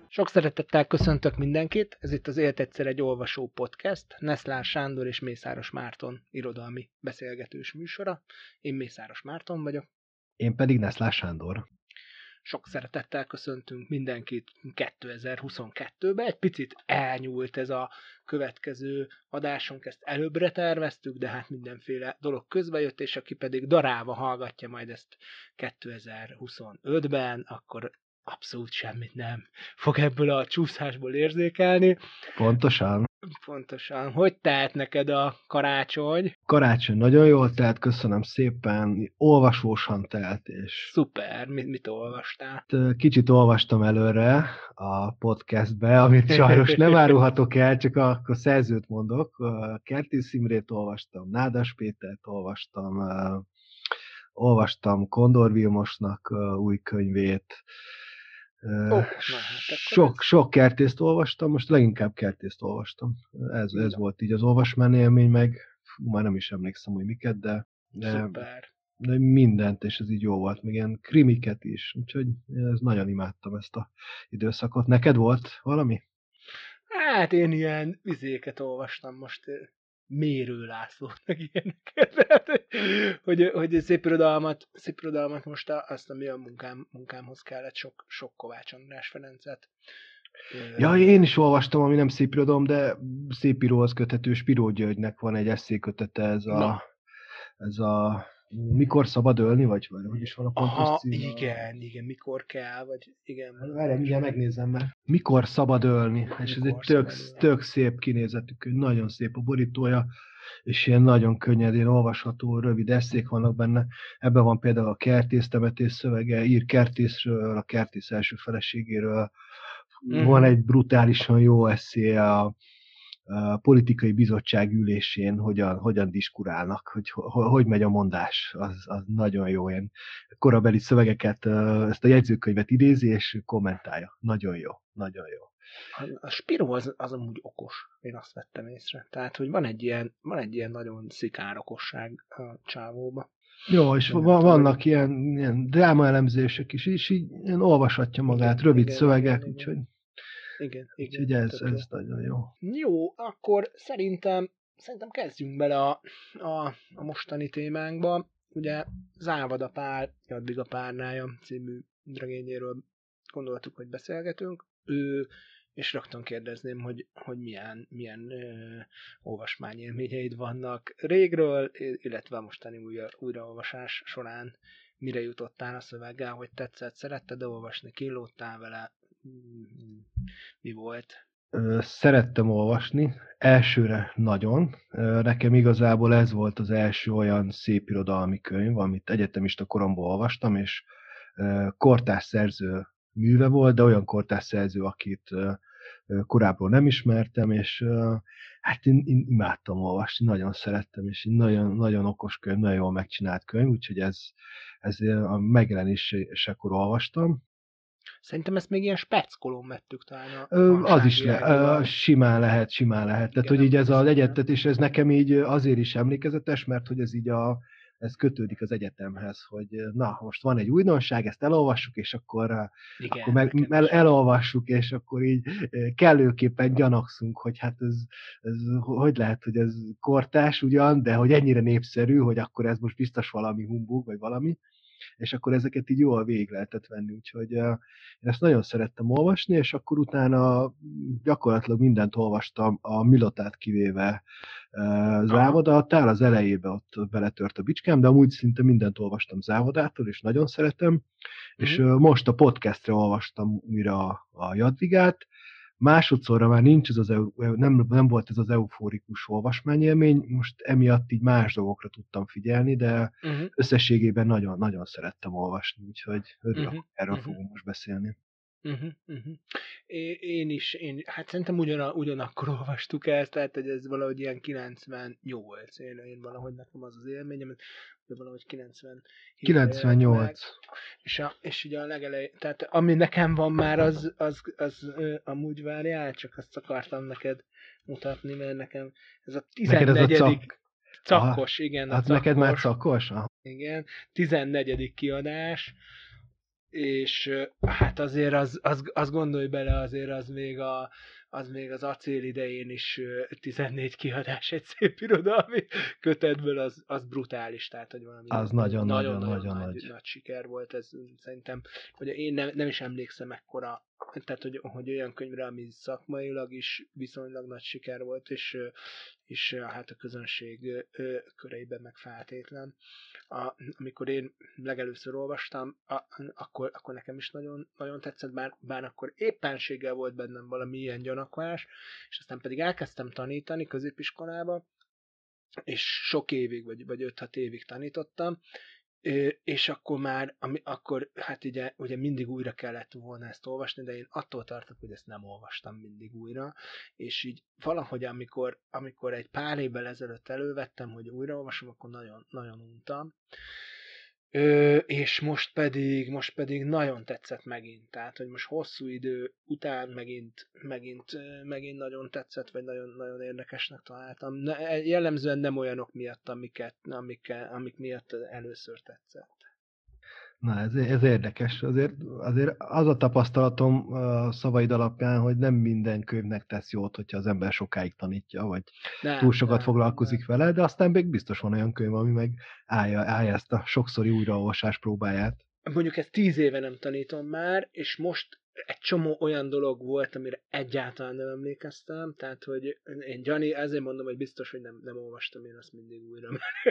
Sok szeretettel köszöntök mindenkit, ez itt az Élt egyszer egy olvasó podcast, Neszlán Sándor és Mészáros Márton irodalmi beszélgetős műsora. Én Mészáros Márton vagyok. Én pedig Neszlán Sándor. Sok szeretettel köszöntünk mindenkit 2022-ben. Egy picit elnyúlt ez a következő adásunk, ezt előbbre terveztük, de hát mindenféle dolog közbejött, és aki pedig darálva hallgatja majd ezt 2025-ben, akkor abszolút semmit nem fog ebből a csúszásból érzékelni. Pontosan. Hogy telt neked a karácsony? Karácsony nagyon jól telt, köszönöm szépen, olvasósan telt, és... Szuper, mit olvastál? Kicsit olvastam előre a podcastbe, amit sajnos nem árulhatok el, csak a szerzőt mondok. Kertész Imrét olvastam, Nádas Pétert olvastam Kondor Vilmosnak új könyvét. Sok kertészt olvastam, most leginkább kertészt olvastam. Ez volt így az olvasmány élmény, meg már nem is emlékszem, hogy miket, de mindent, és ez így jó volt, még ilyen krimiket is, úgyhogy ez nagyon imádtam ezt a időszakot. Neked volt valami? Hát én ilyen vizéket olvastam most, Mérő Lászlót, meg ilyeneket, hogy szép irodalmat most azt, ami a munkámhoz kellett, sok Kovács András Ferencet. Ja, én is olvastam, ami nem szép irodalom, de szépíróhoz köthető Spiró Györgynek van egy esszékötete, ez a Mikor szabad ölni, vagy hogy is van a pontos cím? Igen, mikor kell, vagy igen. Várjál, mindjárt megnézem, mert Mikor szabad ölni, és ez egy tök szép kinézetű könyv, nagyon szép a borítója, és ilyen nagyon könnyedén olvasható, rövid eszék vannak benne. Ebben van például a kertész temetés szövege, ír kertészről, a kertész első feleségéről. Van egy brutálisan jó eszé a politikai bizottság ülésén, hogyan diskurálnak, hogy megy a mondás, az nagyon jó. Ilyen korabeli szövegeket, ezt a jegyzőkönyvet idézi, és kommentálja. Nagyon jó. A Spiró az amúgy okos, én azt vettem észre. Tehát, hogy van egy ilyen nagyon szikár okosság a csávóba. Jó, és vannak ilyen drámaelemzések is, és így olvashatja magát, rövid szövegek, úgyhogy... Igen, úgyhogy ez nagyon jó. Jó, akkor szerintem kezdjünk bele a mostani témánkba. Ugye Závada Pál, Jadviga Párnája című regényéről gondoltuk, hogy beszélgetünk. És rögtön kérdezném, hogy milyen olvasmányélményeid vannak régről, illetve a mostani újraolvasás során mire jutottál a szöveggel, hogy tetszett, szeretted olvasni, kínlódtál vele, mi volt? Szerettem olvasni, elsőre nagyon. Nekem igazából ez volt az első olyan szépirodalmi könyv, amit egyetemista koromban olvastam, és kortárs szerző műve volt, de olyan kortárs szerző, akit korábban nem ismertem, és hát én imádtam olvasni, nagyon szerettem, és nagyon, nagyon okos könyv, nagyon jól megcsinált könyv, úgyhogy ez a megjelenésekor olvastam. Szerintem ezt még ilyen speckolón vettük talán. Az is simán lehet. Tehát, igen, hogy így ez az egyetet, és ez nekem így azért is emlékezetes, mert hogy ez így ez kötődik az egyetemhez, hogy na, most van egy újdonság, ezt elolvassuk, és akkor elolvassuk, és akkor így kellőképpen gyanakszunk, hogy hát ez hogy lehet, hogy ez kortárs ugyan, de hogy ennyire népszerű, hogy akkor ez most biztos valami humbug, vagy valami, és akkor ezeket így jól végig lehetett venni, úgyhogy én ezt nagyon szerettem olvasni, és akkor utána gyakorlatilag mindent olvastam, a Milotát kivéve Závadától, az elejébe ott beletört a bicskám, de amúgy szinte mindent olvastam Závadától, és nagyon szeretem, és most a podcastre olvastam újra a Jadvigát, másodszorra már nincs ez nem volt ez az eufórikus olvasmányélmény, most emiatt így más dolgokra tudtam figyelni, de összességében nagyon, nagyon szerettem olvasni, úgyhogy örülök, erről fogunk most beszélni. Hát szerintem ugyanakkor olvastuk ezt, tehát hogy ez valahogy ilyen 98, én valahogy nekem az élményem, de valahogy 98. És ugye a legelején, tehát ami nekem van már, az amúgy várjál, csak azt akartam neked mutatni, mert nekem ez a 14. Cakkos, igen. Hát neked már cakkos? Igen, 14. kiadás. és hát azért az gondolj bele, azért az még az acél idején is 14 kiadás egy szép irodalmi kötetből, az brutális, tehát hogy valami Az nagyon-nagyon nagy. nagy siker volt, ez szerintem, hogy én nem is emlékszem ekkora, tehát hogy olyan könyvre, ami szakmailag is viszonylag nagy siker volt, és hát a közönség köreiben meg feltétlen. Amikor én legelőször olvastam, akkor nekem is nagyon, nagyon tetszett, bár akkor éppenséggel volt bennem valami ilyen gyanakvás, és aztán pedig elkezdtem tanítani középiskolába, és sok évig, vagy 5-6 évig tanítottam, és akkor már, akkor hát ugye mindig újra kellett volna ezt olvasni, de én attól tartok, hogy ezt nem olvastam mindig újra, és így valahogy amikor egy pár évvel ezelőtt elővettem, hogy újraolvasom, akkor nagyon, nagyon untam. És most pedig nagyon tetszett megint, tehát hogy most hosszú idő után megint nagyon tetszett, vagy nagyon, nagyon érdekesnek találtam. Jellemzően nem olyanok miatt, amik miatt először tetszett. Na, ez érdekes. Azért az a tapasztalatom a szavaid alapján, hogy nem minden könyvnek tesz jót, hogyha az ember sokáig tanítja, vagy túl sokat foglalkozik vele, de aztán még biztos van olyan könyv, ami meg állja ezt a sokszori újraolvasás próbáját. Mondjuk ezt 10 éve nem tanítom már, és most egy csomó olyan dolog volt, amire egyáltalán nem emlékeztem, tehát hogy én Gianni, ezért mondom, hogy biztos, hogy nem olvastam én azt mindig újra,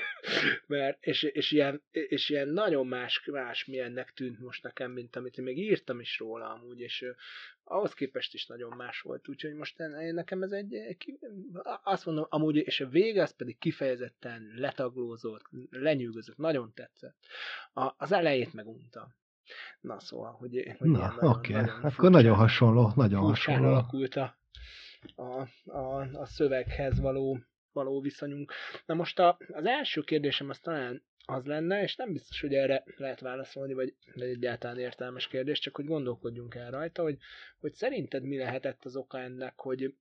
és ilyen nagyon más milyennek tűnt most nekem, mint amit én még írtam is róla amúgy, és ahhoz képest is nagyon más volt, úgyhogy most nekem ez azt mondom, amúgy, és a vége az pedig kifejezetten letaglózott, lenyűgözött, nagyon tetszett. Az elejét meguntam. Na szóval, hogy na, oké, akkor nagyon hasonló, alakult a szöveghez való viszonyunk. Na most az első kérdésem az talán az lenne, és nem biztos, hogy erre lehet válaszolni, vagy egyáltalán értelmes kérdés, csak hogy gondolkodjunk el rajta, hogy szerinted mi lehetett az oka ennek, hogy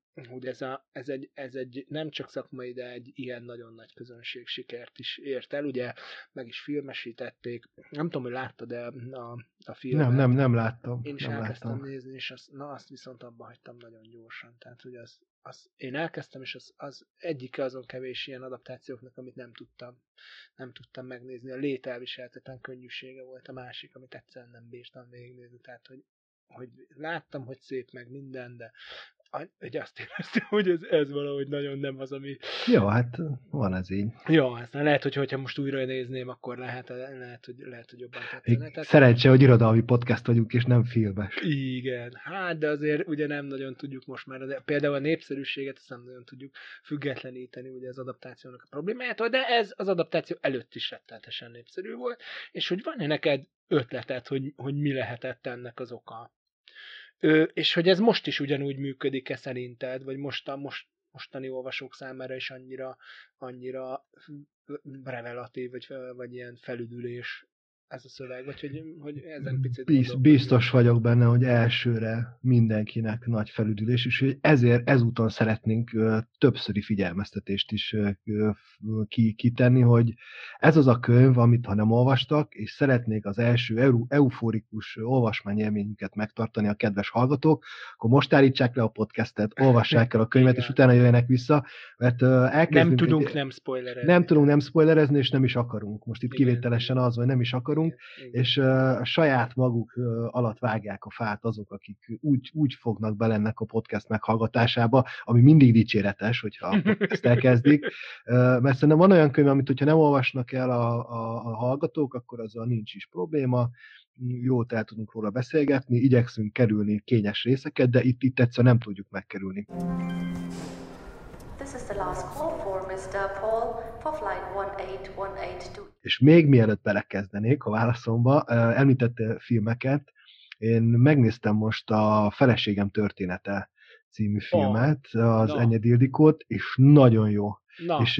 ez egy nem csak szakmai, de egy ilyen nagyon nagy közönség sikert is ért el. Ugye meg is filmesítették. Nem tudom, hogy láttad-e a filmet. Nem láttam. Én is elkezdtem nézni, és azt viszont abba hagytam nagyon gyorsan. Tehát, hogy én elkezdtem, és az egyik azon kevés ilyen adaptációknak, amit nem tudtam megnézni. A Lét elviselhetetlen könnyűsége volt a másik, amit egyszerűen nem bírtam végignézni. Tehát, hogy láttam, hogy szép meg minden, de hogy azt éreztem, hogy ez valahogy nagyon nem az, ami... Jó, hát van ez így. Jó, aztán lehet, hogyha most újra nézném, akkor lehet, hogy jobban tetszene. Szerencse, hogy irodalmi podcast vagyunk, és nem filmes. Igen, hát de azért ugye nem nagyon tudjuk most már, de például a népszerűséget ezt nem nagyon tudjuk függetleníteni ugye az adaptációnak a problémájától, de ez az adaptáció előtt is rettenetesen népszerű volt, és hogy van-e neked ötleted, hogy mi lehetett ennek az oka? És hogy ez most is ugyanúgy működik-e szerinted, vagy mostani olvasók számára is annyira revelatív, vagy ilyen felüdülés ez a szöveg, vagy hogy ezen picit biztos vagyok benne, hogy elsőre mindenkinek nagy felüdülés, és hogy ezúton szeretnénk többszöri figyelmeztetést is kitenni, hogy ez az a könyv, amit ha nem olvastak, és szeretnék az első euforikus olvasmányélményüket megtartani a kedves hallgatók, akkor most állítsák le a podcastet, olvassák el a könyvet, és utána jöjjenek vissza, mert nem tudunk nem spoilerezni. Nem tudunk nem spoilerezni, és nem is akarunk. Most itt kivételesen az, hogy nem is akarunk, és saját maguk alatt vágják a fát azok, akik úgy fognak bele ennek a podcast meghallgatásába, ami mindig dicséretes, hogyha a podcast elkezdik, mert szerintem van olyan könyv, amit hogyha nem olvasnak el a hallgatók, akkor azzal nincs is probléma, jót el tudunk róla beszélgetni, igyekszünk kerülni kényes részeket, de itt egyszer nem tudjuk megkerülni. This is the last call for Mr. Paul for flight 18182. És még mielőtt belekezdenék a válaszomba, említette filmeket, én megnéztem most a Feleségem története című filmet, az Enyedi Ildikót, és nagyon jó. És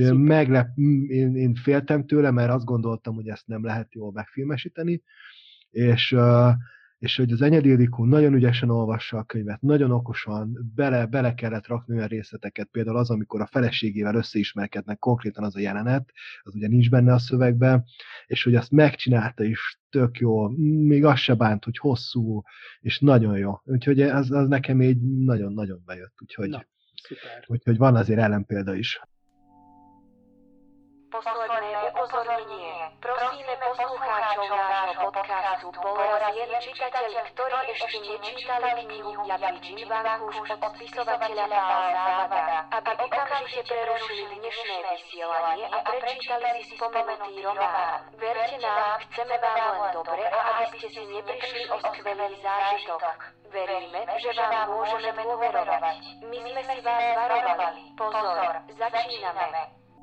én féltem tőle, mert azt gondoltam, hogy ezt nem lehet jól megfilmesíteni, és hogy az Enyedi Ildikó nagyon ügyesen olvassa a könyvet, nagyon okosan, bele kellett rakni olyan részleteket, például az, amikor a feleségével összeismerkednek, konkrétan az a jelenet, az ugye nincs benne a szövegben, és hogy azt megcsinálta is tök jó, még az se bánt, hogy hosszú, és nagyon jó. Úgyhogy az nekem így nagyon-nagyon bejött, Na, szuper. úgyhogy van azért ellenpélda is. Posledné upozornenie. Prosíme poslucháčov nášho podcastu Polrazien, čitateľi, ktorí ešte nečítali knihu Jabí Džinvankuš od spisovateľa Pála Závada, aby okamžite prerušili dnešné vysielanie a prečítali si spomenutý román. Verte nám, chceme vám len dobre a aby ste si neprišli o skvelý zážitok. Veríme, že vám môžeme dôverovať. My sme si vás varovali. Pozor, začíname.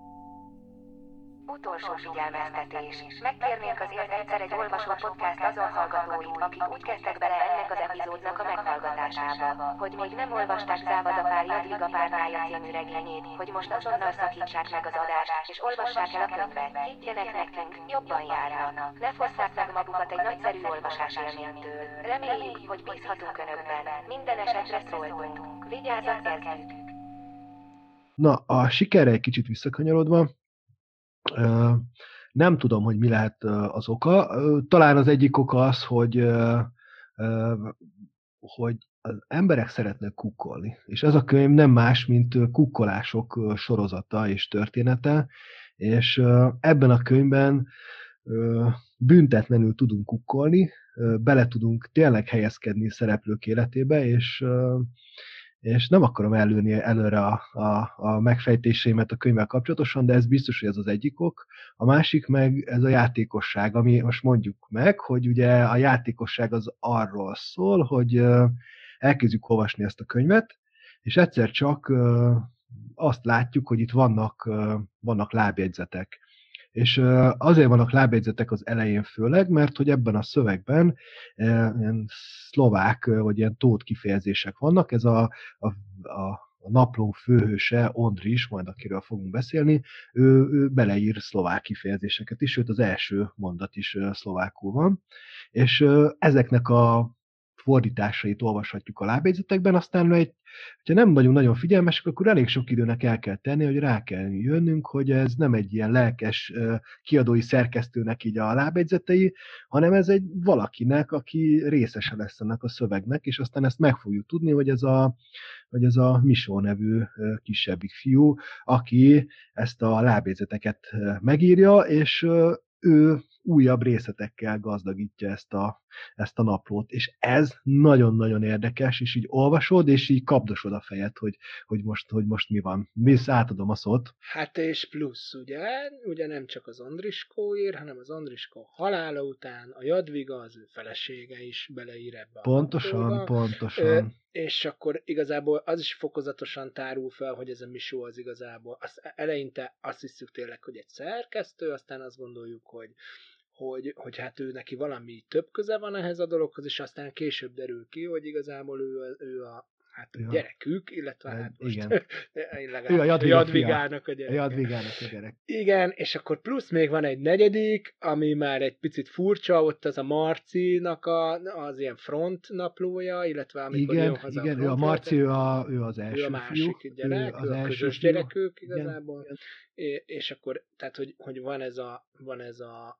Utolsó figyelmeztetés. Megkérnénk azért egyszer egy olvasó podcast azon hallgatóit, akik úgy kezdtek bele ennek az epizódnak a meghallgatásába, hogy még nem olvasták Závada Pál Jadviga párnája című regényét, hogy most azonnal szakítsák meg az adást, és olvassák el a könyvet. Higgyenek nekünk, jobban járnak. Ne fosszák meg magukat egy nagyszerű olvasás élménytől. Reméljük, hogy bízhatunk önökben. Minden esetre szóltunk. Vigyázat, kezdjük! Na, a sikerre egy kicsit visszakanyarodva, nem tudom, hogy mi lehet az oka. Talán az egyik oka az, hogy az emberek szeretnek kukkolni. És ez a könyv nem más, mint kukkolások sorozata és története, és ebben a könyvben büntetlenül tudunk kukkolni, bele tudunk tényleg helyezkedni szereplők életébe, és nem akarom előni előre a megfejtéseimet a könyvvel kapcsolatosan, de ez biztos, hogy ez az egyik ok. A másik meg ez a játékosság, ami most mondjuk meg, hogy ugye a játékosság az arról szól, hogy elkezdjük olvasni ezt a könyvet, és egyszer csak azt látjuk, hogy itt vannak lábjegyzetek. És azért vannak lábjegyzetek az elején főleg, mert hogy ebben a szövegben ilyen szlovák, vagy ilyen tót kifejezések vannak. Ez a naplónk főhőse, Ondris, majd akiről fogunk beszélni, ő beleír szlovák kifejezéseket is, sőt az első mondat is szlovákul van. És ezeknek a fordításait olvashatjuk a lábjegyzetekben, aztán hogyha nem vagyunk nagyon figyelmesek, akkor elég sok időnek el kell tenni, hogy rá kell jönnünk, hogy ez nem egy ilyen lelkes kiadói szerkesztőnek így a lábjegyzetei, hanem ez egy valakinek, aki részese lesz ennek a szövegnek, és aztán ezt meg fogjuk tudni, hogy ez a Misó nevű kisebbik fiú, aki ezt a lábjegyzeteket megírja, és ő újabb részletekkel gazdagítja ezt a naplót. És ez nagyon-nagyon érdekes, és így olvasod, és így kapdosod a fejed, hogy most mi van. Átadom a szót. Hát és plusz, ugye nem csak az Ondriskó ír, hanem az Ondriskó halála után a Jadviga, az ő felesége is beleír ebbe a Pontosan. És akkor igazából az is fokozatosan tárul fel, hogy ez a Misó az igazából. Eleinte azt hiszük tényleg, hogy egy szerkesztő, aztán azt gondoljuk, hogy hát ő neki valami több köze van ehhez a dologhoz, és aztán később derül ki, hogy igazából ő a gyerekük, illetve hát most ő a Jadvigának a gyereke. Jadvigának a gyerek. Igen, és akkor plusz még van egy negyedik, ami már egy picit furcsa, ott az a Marcinak az ilyen front naplója, illetve amikor jön haza igen, ő a Marci, ő az első ő a másik fiú, gyerek, ő a közös gyerekük igazából. Igen. És akkor, tehát, hogy van ez a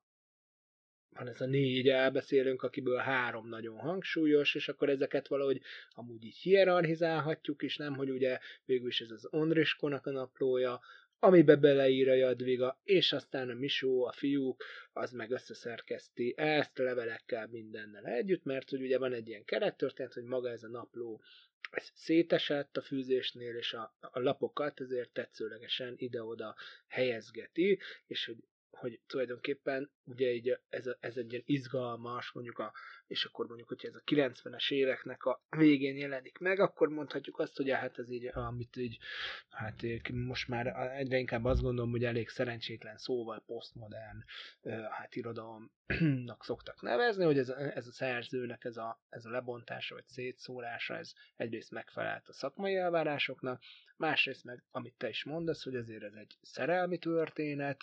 4 elbeszélünk, akiből 3 nagyon hangsúlyos, és akkor ezeket valahogy amúgy így hierarchizálhatjuk, és nem, hogy ugye végül is ez az Ondriskónak a naplója, amibe beleír a Jadviga, és aztán a Misó, a fiúk, az meg összeszerkeszti ezt levelekkel mindennel együtt, mert hogy ugye van egy ilyen kerettörténet, hogy maga ez a napló ez szétesett a fűzésnél, és a lapokat ezért tetszőlegesen ide-oda helyezgeti, és hogy tulajdonképpen ugye így ez egy ilyen izgalmas, és akkor mondjuk, hogyha ez a 90-es éveknek a végén jelenik meg, akkor mondhatjuk azt, hogy hát ez így, amit így, hát most már egyre inkább azt gondolom, hogy elég szerencsétlen szóval posztmodern irodalomnak szoktak nevezni, hogy ez a szerzőnek ez a lebontása, vagy szétszórása, ez egyrészt megfelelt a szakmai elvárásoknak, másrészt meg, amit te is mondasz, hogy azért ez egy szerelmi történet,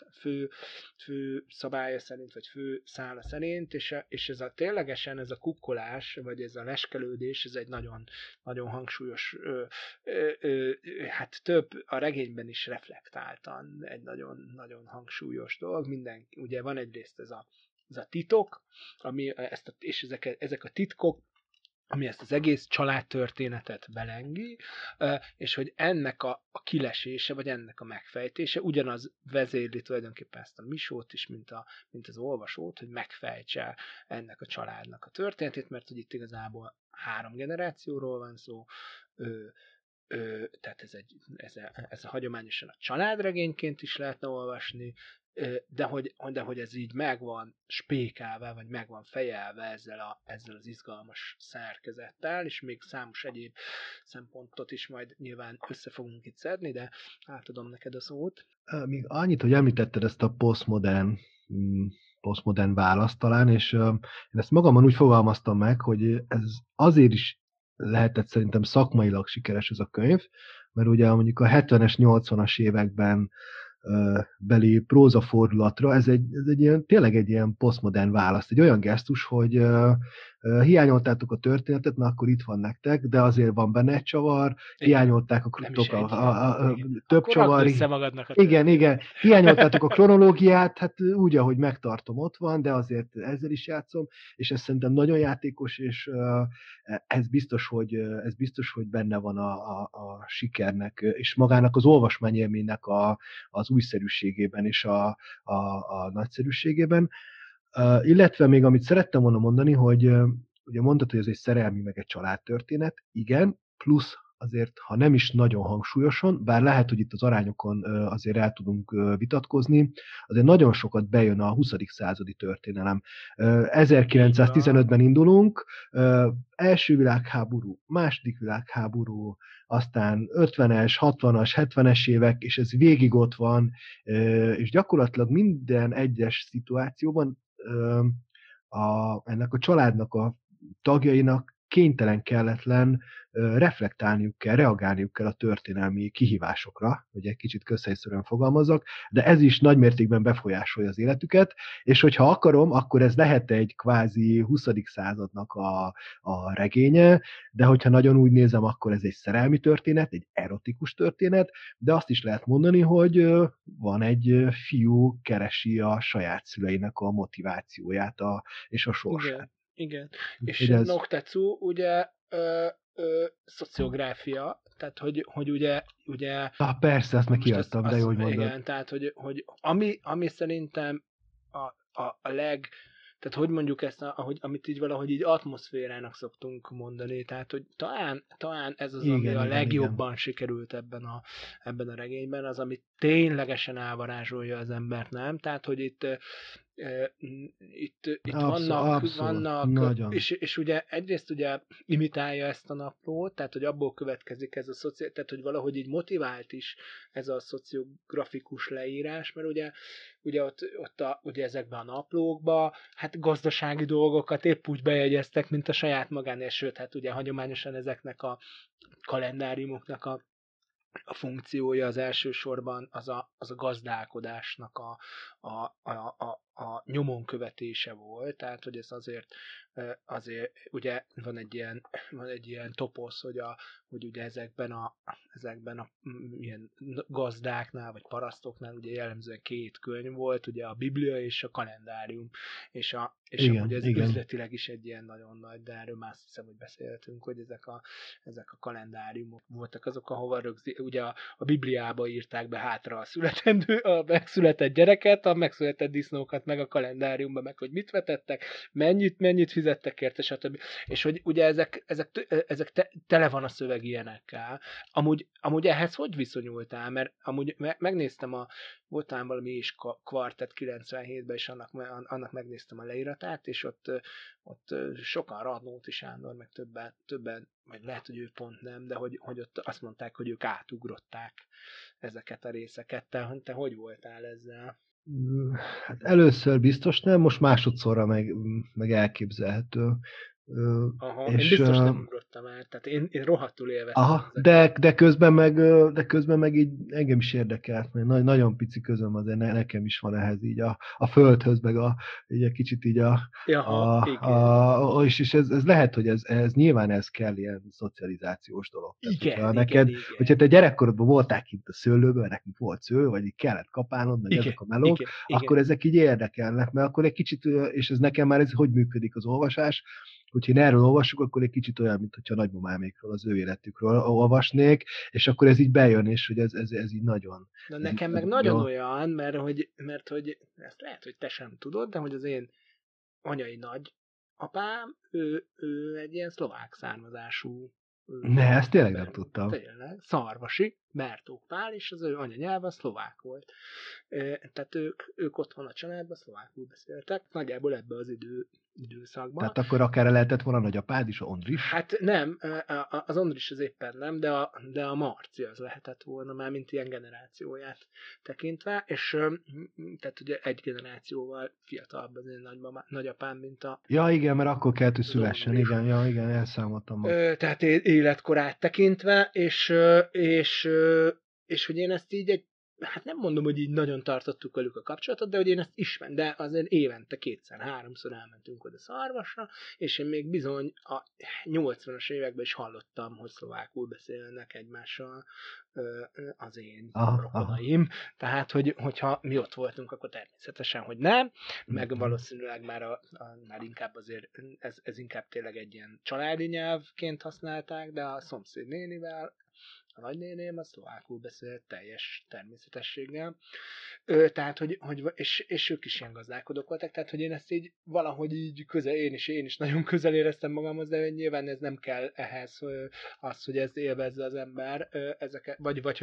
fő szabálya szerint, vagy fő szála szerint, és ez ténylegesen ez a kukkolás, vagy ez a leskelődés, ez egy nagyon, nagyon hangsúlyos, hát több a regényben is reflektáltan egy nagyon, nagyon hangsúlyos dolog. Ugye van egyrészt ez a titok, és ezek a titkok, ami ezt az egész családtörténetet belengi, és hogy ennek a kilesése, vagy ennek a megfejtése ugyanaz vezérli tulajdonképpen ezt a Misót is, mint az olvasót, hogy megfejtse ennek a családnak a történetét, mert hogy itt igazából 3 generációról van szó, tehát ez hagyományosan a családregényként is lehetne olvasni, de hogy ez így meg van spékelve, vagy meg van fejelve ezzel az izgalmas szerkezettel, és még számos egyéb szempontot is majd nyilván össze fogunk itt szedni, de átadom neked a szót. Még annyit, hogy említetted ezt a posztmodern választ talán, és én ezt magamon úgy fogalmaztam meg, hogy ez azért is lehetett szerintem szakmailag sikeres ez a könyv, mert ugye mondjuk a 70-es, 80-as években beli prózafordulatra, ez tényleg egy ilyen posztmodern válasz, egy olyan gesztus, hogy hiányoltátok a történetet, na akkor itt van nektek, de azért van benne egy csavar, hiányoltátok több csavar. Igen, hiányoltátok a kronológiát, hát úgy, ahogy megtartom, ott van, de azért ezzel is játszom, és ez szerintem nagyon játékos, és ez biztos, hogy benne van a sikernek, és magának az olvasmányélménynek az újszerűségében és a nagyszerűségében. Illetve még amit szerettem volna mondani, hogy ugye mondtad, hogy ez egy szerelmi meg egy családtörténet, igen, plusz azért, ha nem is nagyon hangsúlyosan, bár lehet, hogy itt az arányokon azért el tudunk vitatkozni, azért nagyon sokat bejön a 20. századi történelem. 1915-ben indulunk, első világháború, második világháború, aztán 50-es, 60-as, 70-es évek, és ez végig ott van, és gyakorlatilag minden egyes szituációban ennek a családnak a tagjainak kénytelen, kelletlen reflektálniuk kell, reagálniuk kell a történelmi kihívásokra, hogy egy kicsit közhelyszerűen fogalmazzak, de ez is nagymértékben befolyásolja az életüket, és hogyha akarom, akkor ez lehet egy kvázi 20. századnak a regénye, de hogyha nagyon úgy nézem, akkor ez egy szerelmi történet, egy erotikus történet, de azt is lehet mondani, hogy van egy fiú, keresi a saját szüleinek a motivációját és a sorsát. Igen. És Noktetsu ugye szociográfia, tehát hogy ugye persze, ezt meg kiadtam, de jó, hogy mondod. Igen, tehát hogy ami szerintem tehát hogy mondjuk ezt, amit így valahogy így atmoszférának szoktunk mondani, tehát hogy talán ez az, ami a legjobban sikerült ebben a regényben, az, ami ténylegesen elvarázsolja az embert, nem? Tehát, hogy itt vannak és ugye egyrészt ugye imitálja ezt a naplót, tehát hogy abból következik ez a tehát hogy valahogy így motivált is ez a szociografikus leírás, mert ugye ugye ezekben a naplókban hát gazdasági dolgokat épp úgy bejegyeztek, mint a saját magánél, sőt, hát ugye hagyományosan ezeknek a kalendáriumoknak a funkciója az elsősorban az a gazdálkodásnak a nyomon követése volt, tehát hogy ez azért ugye van egy ilyen toposz, hogy ugye ezekben a ilyen gazdáknál, vagy parasztoknál ugye jellemzően 2 könyv volt, ugye a Biblia és a kalendárium, és amúgy ez üzletileg is egy ilyen nagyon nagy, de erről már azt hiszem, hogy beszéltünk, hogy ezek a kalendáriumok voltak azok, ahova ugye a Bibliába írták be hátra a megszületett gyereket, a megszületett disznókat meg a kalendáriumba, meg hogy mit vetettek, mennyit fizettek érte, stb. És hogy ugye ezek tele van a szöveg ilyenekkel. Amúgy ehhez hogy viszonyultál? Mert amúgy megnéztem volt talán valami is Kvartett 97-ben, és annak megnéztem a leíratát, és ott sokan, Radnóti Sándor, meg többen, vagy lehet, hogy ő pont nem, de hogy ott azt mondták, hogy ők átugrották ezeket a részeket. Te hogy voltál ezzel? Hát először biztos nem, most másodszorra meg elképzelhető. Aha, én és biztos nem ugrottam át, tehát én rohadtul élveztem aha, ezeket. de közben meg így engem is érdekelt, mert nagyon pici közöm azért nekem is van ehhez így a földhöz, meg így egy kicsit így Aha, igen. és ez lehet, hogy ez nyilván ez kell ilyen szocializációs dolog. Tehát, Igen. hogyha te gyerekkorodban voltál kint a szőlőben, nekünk volt szőlő, vagy így kellett kapálnod, meg ezek a melók, igen. akkor ezek így érdekelnek, mert akkor egy kicsit, és ez nekem már ez hogy működik az olvasás, hogyha én erről olvasok, akkor egy kicsit olyan, mint hogyha a nagymamámékról, az ő életükről olvasnék, és akkor ez így bejön, és hogy ez így nagyon... Na nekem meg nagyon olyan, mert hogy ezt lehet, hogy te sem tudod, de hogy az én anyai nagyapám, ő egy ilyen szlovák származású. Ne, ezt tényleg nem tudtam. Tényleg, Szarvasi, Bertók Pál, és az ő anyanyelve szlovák volt. Tehát ők otthon a családban szlovákul beszéltek, nagyjából ebbe az időszakban. Tehát akkor akár lehetett volna nagyapád is, Ondris? Hát nem, az Ondris az éppen nem, de a Marci az lehetett volna már, mint ilyen generációját tekintve, és tehát ugye egy generációval fiatalabb az én nagyapám, mint a... Ja, igen, mert akkor kellett, hogy szülessen, igen, elszámoltam. Tehát életkorát tekintve, és hogy én ezt így hát nem mondom, hogy így nagyon tartottuk velük a kapcsolatot, de hogy én ezt ismerem, de azért évente 2-3-szor elmentünk oda Szarvasra, és én még bizony a 80-as években is hallottam, hogy szlovákul beszélnek egymással az én rokonaim. Tehát, hogyha mi ott voltunk, akkor természetesen, hogy nem, meg valószínűleg már inkább azért, ez inkább tényleg egy ilyen családi nyelvként használták, de a szomszéd nénivel, a nagynéném a szlovákul beszélt teljes természetességgel. Tehát, és ők is ilyen gazdálkodók voltak, tehát, hogy én ezt így valahogy így én is nagyon közel éreztem magamhoz, de nyilván ez nem kell ehhez hogy ezt élvezze az ember, ezeket, vagy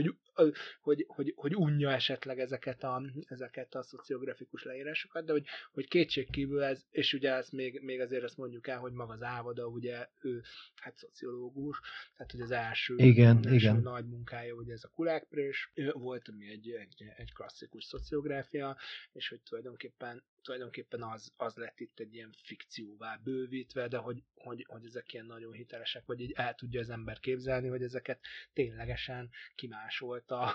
hogy unja esetleg ezeket a szociografikus leírásokat, de hogy kétségkívül ez, és ugye ezt még azért azt mondjuk el, hogy maga az Ávoda, ugye ő hát szociológus, tehát hogy az első nagy munkája, ugye ez a Kulákprés volt, ami egy klasszikus szociográfia, és hogy tulajdonképpen az lett itt egy ilyen fikcióvá bővítve, de hogy ezek ilyen nagyon hitelesek, vagy így el tudja az ember képzelni, hogy ezeket ténylegesen kimásolta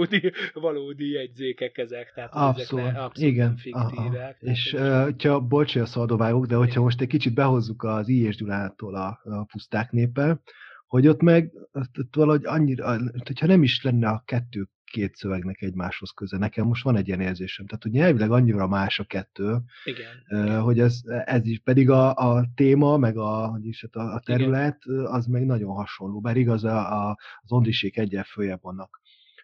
valódi jegyzékek ezek, tehát abszolút igen, fiktívek. És bocs, hogy a szaldovágok, de hogyha most egy kicsit behozzuk az I. és Gyulától a Puszták népe, hogy ott meg valahogy annyira, hogyha nem is lenne a két szövegnek egymáshoz köze. Nekem most van egy ilyen érzésem. Tehát, hogy nyelvileg annyira más a kettő, hogy ez is, pedig a téma, meg a terület, az meg nagyon hasonló. Bár igaz, az Ondrisék egyen följebb vannak.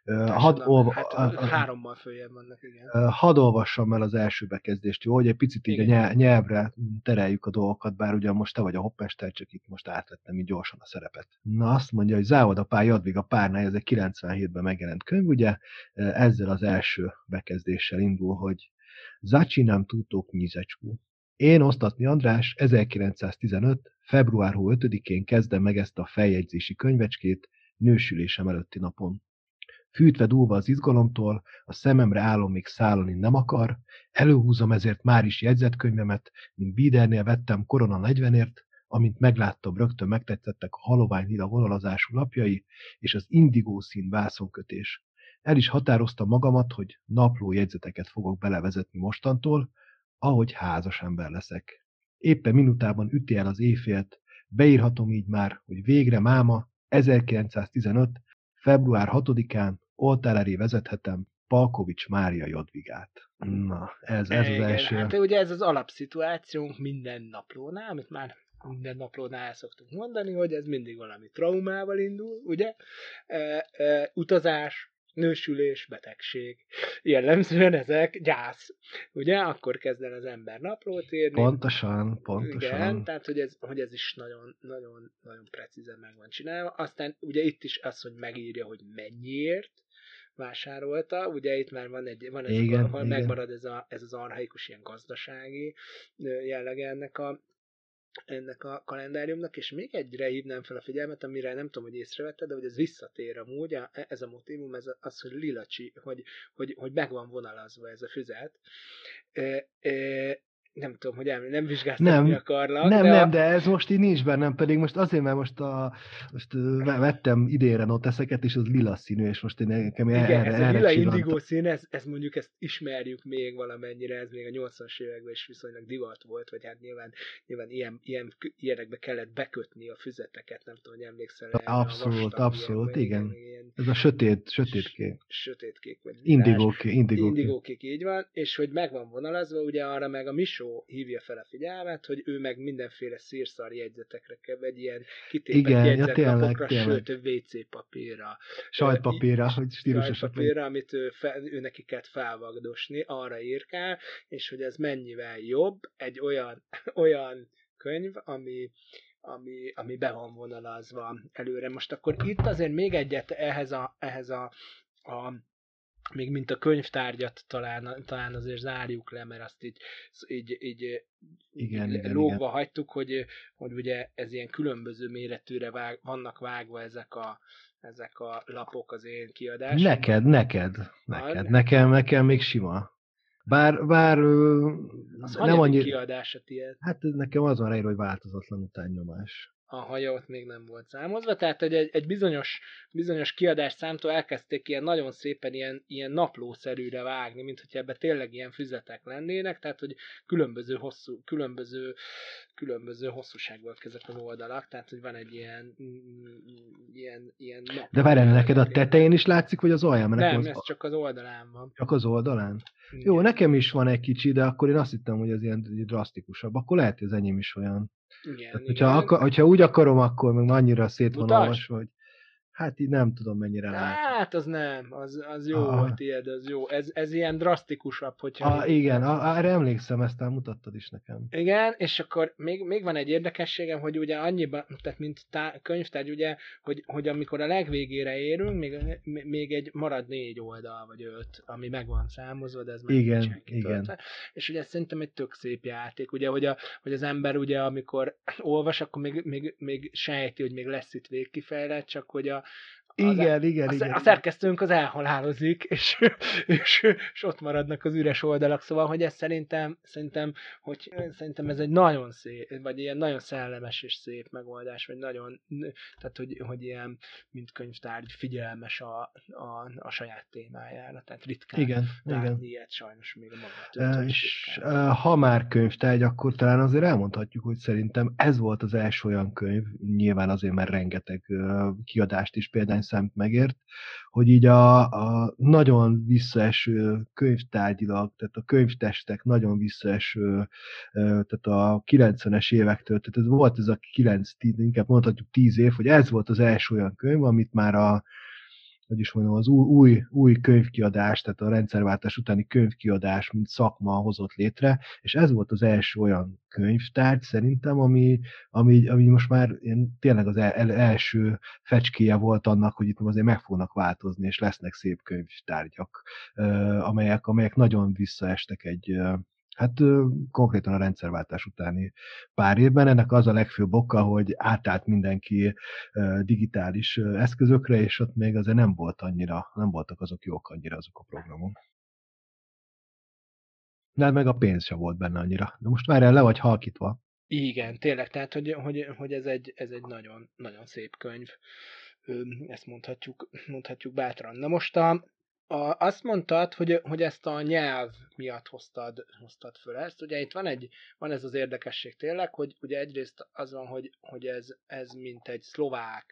Hárommal följebb vannak, igen. Hadd olvassam el az első bekezdést, jó? Hogy egy picit így a nyelvre tereljük a dolgokat, bár ugye most te vagy a hoppmester, csak itt most átvettem így gyorsan a szerepet. Na, azt mondja, hogy Závoda Pál Jadviga Párnája, ez egy 97-ben megjelent könyv, ugye? Ezzel az első bekezdéssel indul, hogy Začínám túltok knízečku. Én, Osztatni András, 1915. február 5-én kezdem meg ezt a feljegyzési könyvecskét nősülésem előtti napon. Fűtve dúlva az izgalomtól, a szememre állom még szállani nem akar, előhúzom ezért már is jegyzetkönyvemet, mint Biedernél vettem Korona 40-ért, amint megláttam, rögtön megtetszettek a halovány lila vonalazású lapjai és az indigó szín vászonkötés. El is határoztam magamat, hogy napló jegyzeteket fogok belevezetni mostantól, ahogy házas ember leszek. Éppen minutában üti el az éjfélt, beírhatom így már, hogy végre máma 1915. február 6-án oltár elé vezethetem Palkovics Mária Jadvigát. Na, ez az első. Hát ugye ez az alapszituációnk minden naplónál, amit már minden naplónál el szoktunk mondani, hogy ez mindig valami traumával indul, ugye? Utazás, nősülés, betegség. Jellemzően ezek gyász. Ugye? Akkor kezd el az ember naplót írni. Pontosan. Igen, tehát hogy ez is nagyon, nagyon, nagyon precízen meg van csinálva. Aztán ugye itt is az, hogy megírja, hogy mennyiért vásárolta. Ugye itt már megmarad ez az archaikus ilyen gazdasági jellege ennek a kalendáriumnak, és még egyre hívnám fel a figyelmet, amire nem tudom, hogy észrevetted, de hogy ez visszatér amúgy, ez a motívum, ez az, hogy lilacsi, hogy meg van vonalazva ez a füzet. nem tudom, hogy nem vizsgáztam, Nem, mi akarlak. nem, de ez most így nincs bennem, pedig most azért, mert most vettem idénre noteszeket, és az lila színű, és most én nekem igen, ez a lila csillant. indigó szín, ez mondjuk ezt ismerjük még valamennyire, ez még a 80-as években is viszonylag divat volt, vagy hát nyilván ilyenekbe kellett bekötni a füzeteket, nem tudom, hogy emlékszel erre. Abszolút, igen. Ez a sötétkék. Sötétkék, vagy indigókék, így van, és hogy meg van vonalazva, ugye arra meg a Misó hívja fel a figyelmet, hogy ő meg mindenféle szírszar jegyzetekre kell, vagy ilyen kitépett jegyzetlapokra, sőt WC papírra. Sajtpapírra, hogy stílusosak. Sajtpapírra, amit ő neki kellett felvagdosni, arra írkál, és hogy ez mennyivel jobb egy olyan könyv, ami be van vonalazva előre. Most akkor itt azért még egyet ehhez a még mint a könyvtárgyat talán azért zárjuk le, mert azt így igen, lógva hagytuk, hogy ugye ez ilyen különböző méretűre vannak vágva ezek a lapok az én kiadásomban. Neked. Nekem még sima. Bár az nem annyi kiadása tiéd? Hát nekem az van rá, hogy változatlan utánnyomás. A haja ott még nem volt számozva, tehát egy bizonyos kiadás számtól elkezdték ilyen nagyon szépen ilyen naplószerűre vágni, mint hogyha ebben tényleg ilyen füzetek lennének, tehát hogy különböző hosszúságúak ezek az oldalak, tehát hogy van egy ilyen napló. De várjál, neked a tetején is látszik, vagy az alján? Nem, ez csak az oldalán van. Csak az oldalán? Igen. Jó, nekem is van egy kicsi, de akkor én azt hittem, hogy ez ilyen drasztikusabb. Akkor lehet, hogy az enyém is olyan. Igen, tehát, hogyha úgy akarom, akkor meg annyira szét van olvasva, hogy hát így nem tudom mennyire látom. Hát az nem, az jó volt tiéd, az jó. Ez ilyen drasztikusabb, hogyha... Igen, erre emlékszem, ezt mutattad is nekem. Igen, és akkor még van egy érdekességem, hogy ugye annyiban, tehát mint könyvtárgy, ugye, hogy amikor a legvégére érünk, még marad 4 oldal, vagy 5, ami meg van számozva, de ez meg igen. És ugye szerintem egy tök szép játék, ugye, hogy az ember ugye, amikor olvas, akkor még sejti, hogy még lesz itt végkifejlet, csak hogy igen. A szerkesztőnk az elhalálozik, és ott maradnak az üres oldalak, szóval, hogy ez szerintem ez egy nagyon szép, vagy ilyen nagyon szellemes és szép megoldás, vagy nagyon, tehát, hogy ilyen, mint könyvtárgy, figyelmes a saját témájára, tehát ritkán látni ilyet sajnos még a maga és ha már könyvtárgy, akkor talán azért elmondhatjuk, hogy szerintem ez volt az első olyan könyv, nyilván azért, mert rengeteg kiadást is példány számít megért, hogy így a nagyon visszaeső könyvtárgyilag, tehát a könyvtestek nagyon visszaeső, tehát a 90-es évektől, tehát ez volt ez a 9-10, inkább mondhatjuk 10 év, hogy ez volt az első olyan könyv, amit már az új könyvkiadás, tehát a rendszerváltás utáni könyvkiadás, mint szakma hozott létre, és ez volt az első olyan könyvtárgy szerintem, ami most már tényleg az első fecskéje volt annak, hogy itt azért meg fognak változni, és lesznek szép könyvtárgyak, amelyek nagyon visszaestek konkrétan a rendszerváltás utáni pár évben. Ennek az a legfőbb oka, hogy átállt mindenki digitális eszközökre, és ott még azért nem voltak azok jók annyira azok a programok. De meg a pénz sem volt benne annyira. De most várjál, le vagy halkítva. Igen, tényleg, tehát hogy ez egy nagyon, nagyon szép könyv. Ezt mondhatjuk bátran. Na most azt mondtad, hogy ezt a nyelv miatt hoztad föl ezt. Ugye itt van ez az érdekesség tényleg, hogy ugye egyrészt az van, hogy ez mint egy szlovák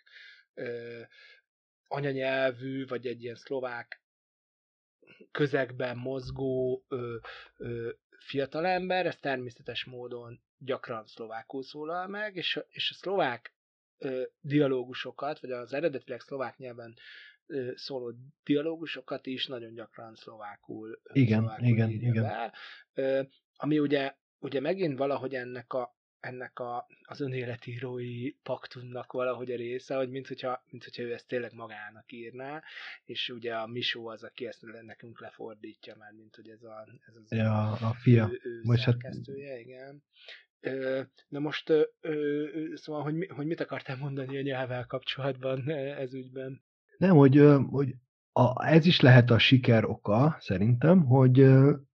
anyanyelvű, vagy egy ilyen szlovák közegben mozgó fiatalember, ez természetes módon gyakran szlovákul szólal meg, és a szlovák dialógusokat, vagy az eredetileg szlovák nyelven szóló dialógusokat is nagyon gyakran szlovákul írja be. Ami ugye megint valahogy ennek az önéletírói paktumnak valahogy a része, hogy minthogyha ő ezt tényleg magának írná, és ugye a Misó az, aki ezt nekünk lefordítja már, mint hogy ez az a fia. ő szerkesztője, igen. Na most, szóval, hogy mit akartál mondani a nyelvvel kapcsolatban ez ügyben? Nem, hogy ez is lehet a siker oka, szerintem, hogy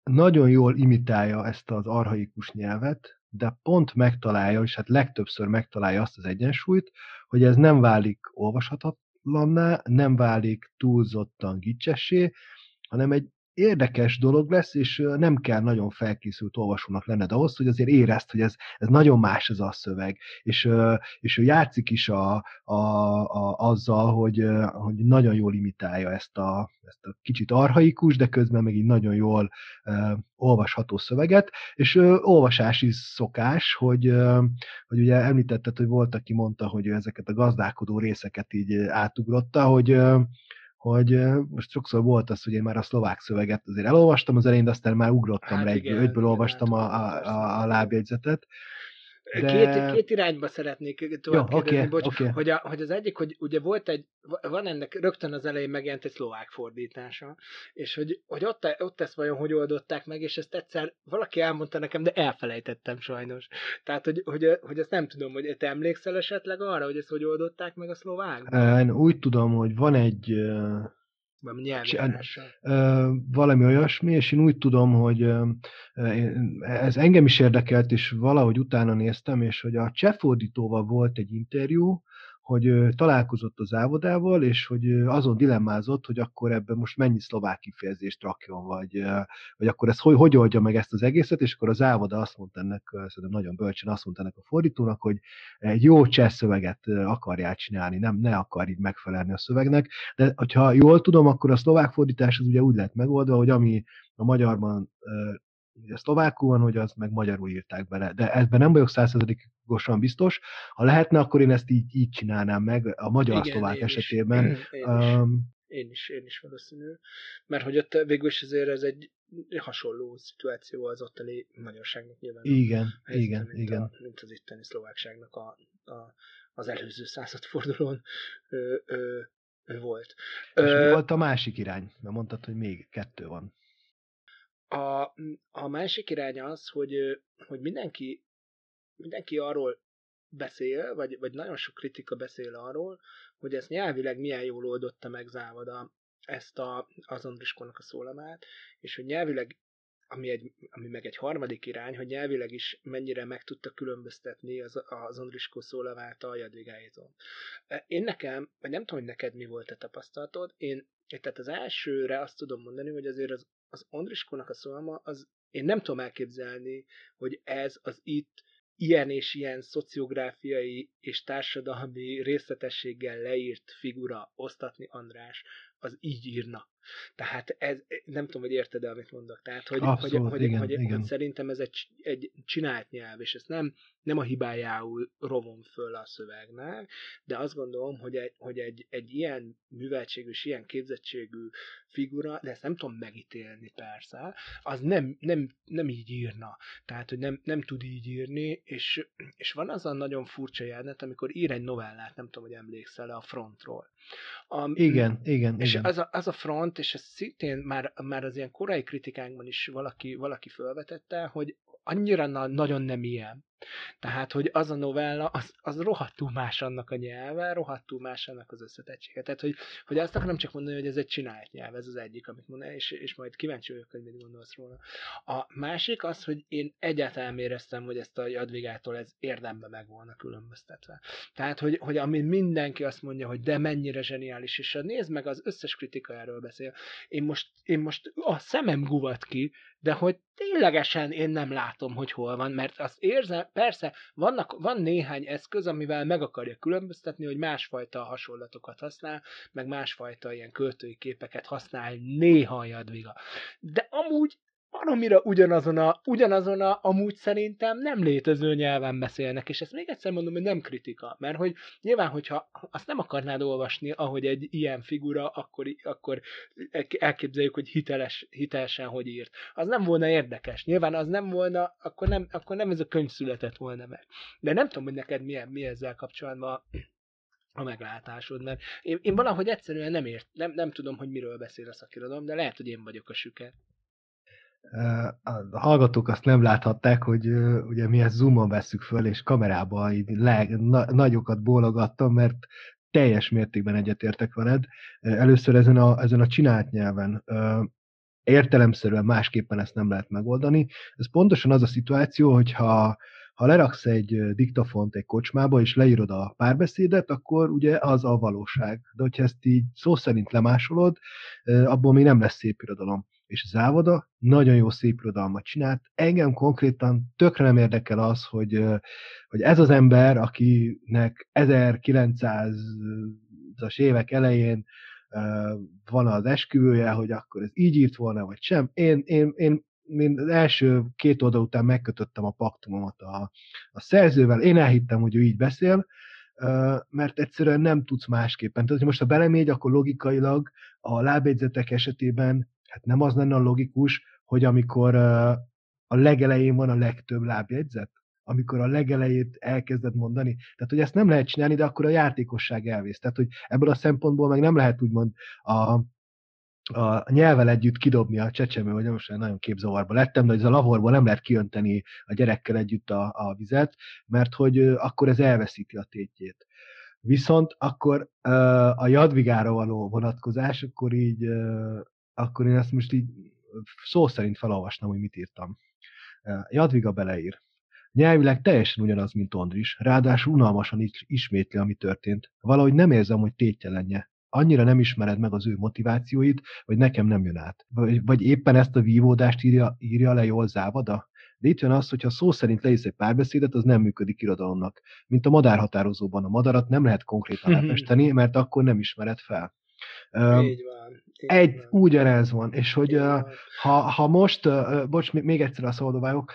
nagyon jól imitálja ezt az archaikus nyelvet, de pont megtalálja, és hát legtöbbször megtalálja azt az egyensúlyt, hogy ez nem válik olvashatatlanná, nem válik túlzottan gicsessé, hanem egy érdekes dolog lesz, és nem kell nagyon felkészült olvasónak lenned ahhoz, hogy azért érezd, hogy ez nagyon más ez a szöveg. És ő játszik is azzal, hogy nagyon jól imitálja ezt a kicsit archaikus, de közben meg így nagyon jól olvasható szöveget, és olvasási szokás, hogy ugye említetted, hogy volt, aki mondta, hogy ő ezeket a gazdálkodó részeket így átugrotta, hogy most sokszor volt az, hogy én már a szlovák szöveget azért elolvastam az elején, de aztán már ugrottam rá, egyből olvastam a lábjegyzetet. De... Két irányba szeretnék tovább kérdezni, hogy az egyik, hogy ugye van ennek rögtön az elején megjelent egy szlovák fordítása, és hogy ott ezt vajon hogy oldották meg, és ezt egyszer valaki elmondta nekem, de elfelejtettem sajnos. Tehát, hogy ezt nem tudom, hogy te emlékszel esetleg arra, hogy ezt hogy oldották meg a szlovákban? Én úgy tudom, hogy van egy... valami olyasmi, és én úgy tudom, hogy ez engem is érdekelt, és valahogy utána néztem, és hogy a cseh fordítóval volt egy interjú, hogy találkozott az ávodával, és hogy azon dilemmázott, hogy akkor ebben most mennyi szlovák kifejezést rakjon, vagy akkor ez hogy oldja meg ezt az egészet, és akkor az ávoda azt mondta ennek, szerintem nagyon bölcsen azt mondta ennek a fordítónak, hogy egy jó cseh szöveget akarjál csinálni, ne akar így megfelelni a szövegnek, de hogyha jól tudom, akkor a szlovák fordítás az ugye úgy lett megoldva, hogy ami a magyarban ugye szlovákul van, hogy az meg magyarul írták bele. De ebben nem vagyok 100%-osan biztos. Ha lehetne, akkor én ezt így csinálnám meg a magyar-szlovák esetében. Én is valószínű. Mert hogy ott végül is azért ez egy hasonló szituáció az ottani magyarságnak nyilván. Igen. Mint az itteni szlovákságnak az előző századfordulón volt. És mi volt a másik irány? Mert mondtad, hogy még 2 van. A másik irány az, hogy mindenki arról beszél, vagy nagyon sok kritika beszél arról, hogy ezt nyelvileg milyen jól oldotta meg Závoda ezt az Andriskónak a szólamát, és hogy nyelvileg, ami meg egy harmadik irány, hogy nyelvileg is mennyire meg tudta különböztetni az Andriskó szólamát a Jadvigáétól. Én nekem, vagy nem tudom, hogy neked mi volt a tapasztalatod, tehát az elsőre azt tudom mondani, hogy azért az Andriskónak a szólama, én nem tudom elképzelni, hogy ez az itt ilyen és ilyen szociográfiai és társadalmi részletességgel leírt figura, Osztatni András, az így írna. Tehát ez, nem tudom, hogy érted-e, amit mondok. Tehát, hogy szerintem ez egy csinált nyelv, és ezt nem a hibájául rovom föl a szövegnek, de azt gondolom, hogy egy ilyen műveltségű és ilyen képzettségű figura, de ezt nem tudom megítélni persze, az nem így írna. Tehát, hogy nem tud így írni, és van az a nagyon furcsa jelenet, amikor ír egy novellát, nem tudom, hogy emlékszel a Frontról. Igen. És az a Front, és ez szintén már az ilyen korai kritikánkban is valaki felvetette, hogy annyira nagyon nem ilyen. Tehát, hogy az a novella, az rohadtul más annak a nyelve, rohadtul más annak az összetettsége. Tehát, hogy azt akarom csak mondani, hogy ez egy csinált nyelv, ez az egyik, amit mondani, és majd kíváncsi vagyok, hogy mit gondolsz róla. A másik az, hogy én egyáltalán éreztem, hogy ezt a Jadvigától ez érdemben meg volna különböztetve. Tehát, hogy ami mindenki azt mondja, hogy de mennyire zseniális, és nézd meg, az összes kritika erről beszél. Én most a szemem guvat ki, de hogy ténylegesen én nem látom, hogy hol van, mert azt érzem, persze van néhány eszköz, amivel meg akarja különböztetni, hogy másfajta hasonlatokat használ, meg másfajta ilyen költői képeket használ néha a Jadviga. De amúgy valamire ugyanazon a amúgy szerintem nem létező nyelven beszélnek, és ezt még egyszer mondom, hogy nem kritika, mert hogy nyilván, hogyha azt nem akarnád olvasni, ahogy egy ilyen figura, akkor elképzeljük, hogy hitelesen hogy írt. Az nem volna érdekes. Nyilván az nem volna, akkor nem ez a könyv született volna meg. De nem tudom, hogy neked mi ezzel kapcsolatban a meglátásod, mert én valahogy egyszerűen nem tudom, hogy miről beszél a szakirodalom, de lehet, hogy én vagyok a süket. A hallgatók azt nem láthatták, hogy ugye mi ezt zoomon vesszük föl, és kamerában így nagyokat bólogattam, mert teljes mértékben egyetértek veled. Először ezen a csinált nyelven. értelemszerűen másképpen ezt nem lehet megoldani. Ez pontosan az a szituáció, hogyha leraksz egy diktafont egy kocsmába, és leírod a párbeszédet, akkor ugye az a valóság. De hogyha ezt így szó szerint lemásolod, abból még nem lesz szép irodalom. És Závada nagyon jó szép irodalmat csinált. Engem konkrétan tökre nem érdekel az, hogy ez az ember, akinek 1900-as évek elején van az esküvője, hogy akkor ez így írt volna, vagy sem. Én az első 2 oldal után megkötöttem a paktumomat a szerzővel, én elhittem, hogy ő így beszél, mert egyszerűen nem tudsz másképpen. Tehát, hogy most ha belemégy, akkor logikailag a lábjegyzetek esetében hát nem az lenne a logikus, hogy amikor a legelején van a legtöbb lábjegyzet, amikor a legelejét elkezded mondani. Tehát, hogy ezt nem lehet csinálni, de akkor a játékosság elvész. Tehát, hogy ebből a szempontból meg nem lehet úgymond a nyelvvel együtt kidobni a csecsemő, vagy most nagyon képzavarba lettem, de hogy ez a lavorból nem lehet kiönteni a gyerekkel együtt a vizet, mert hogy akkor ez elveszíti a tétjét. Viszont akkor a Jadvigára való vonatkozás, akkor én ezt most így szó szerint felolvasnám, hogy mit írtam. Jadviga beleír. Nyelvileg teljesen ugyanaz, mint Ondris, ráadásul unalmasan ismétli, ami történt. Valahogy nem érzem, hogy tétjelenje. Annyira nem ismered meg az ő motivációit, hogy nekem nem jön át. Vagy éppen ezt a vívódást írja le jól Závada? De itt jön az, hogyha szó szerint leírsz egy párbeszédet, az nem működik irodalomnak. Mint a madárhatározóban. A madarat nem lehet konkrétan átesteni, mert akkor nem ismered fel. Így van. Ugyanez van, és hogy ha most, bocs, még egyszer a szabadba vágok,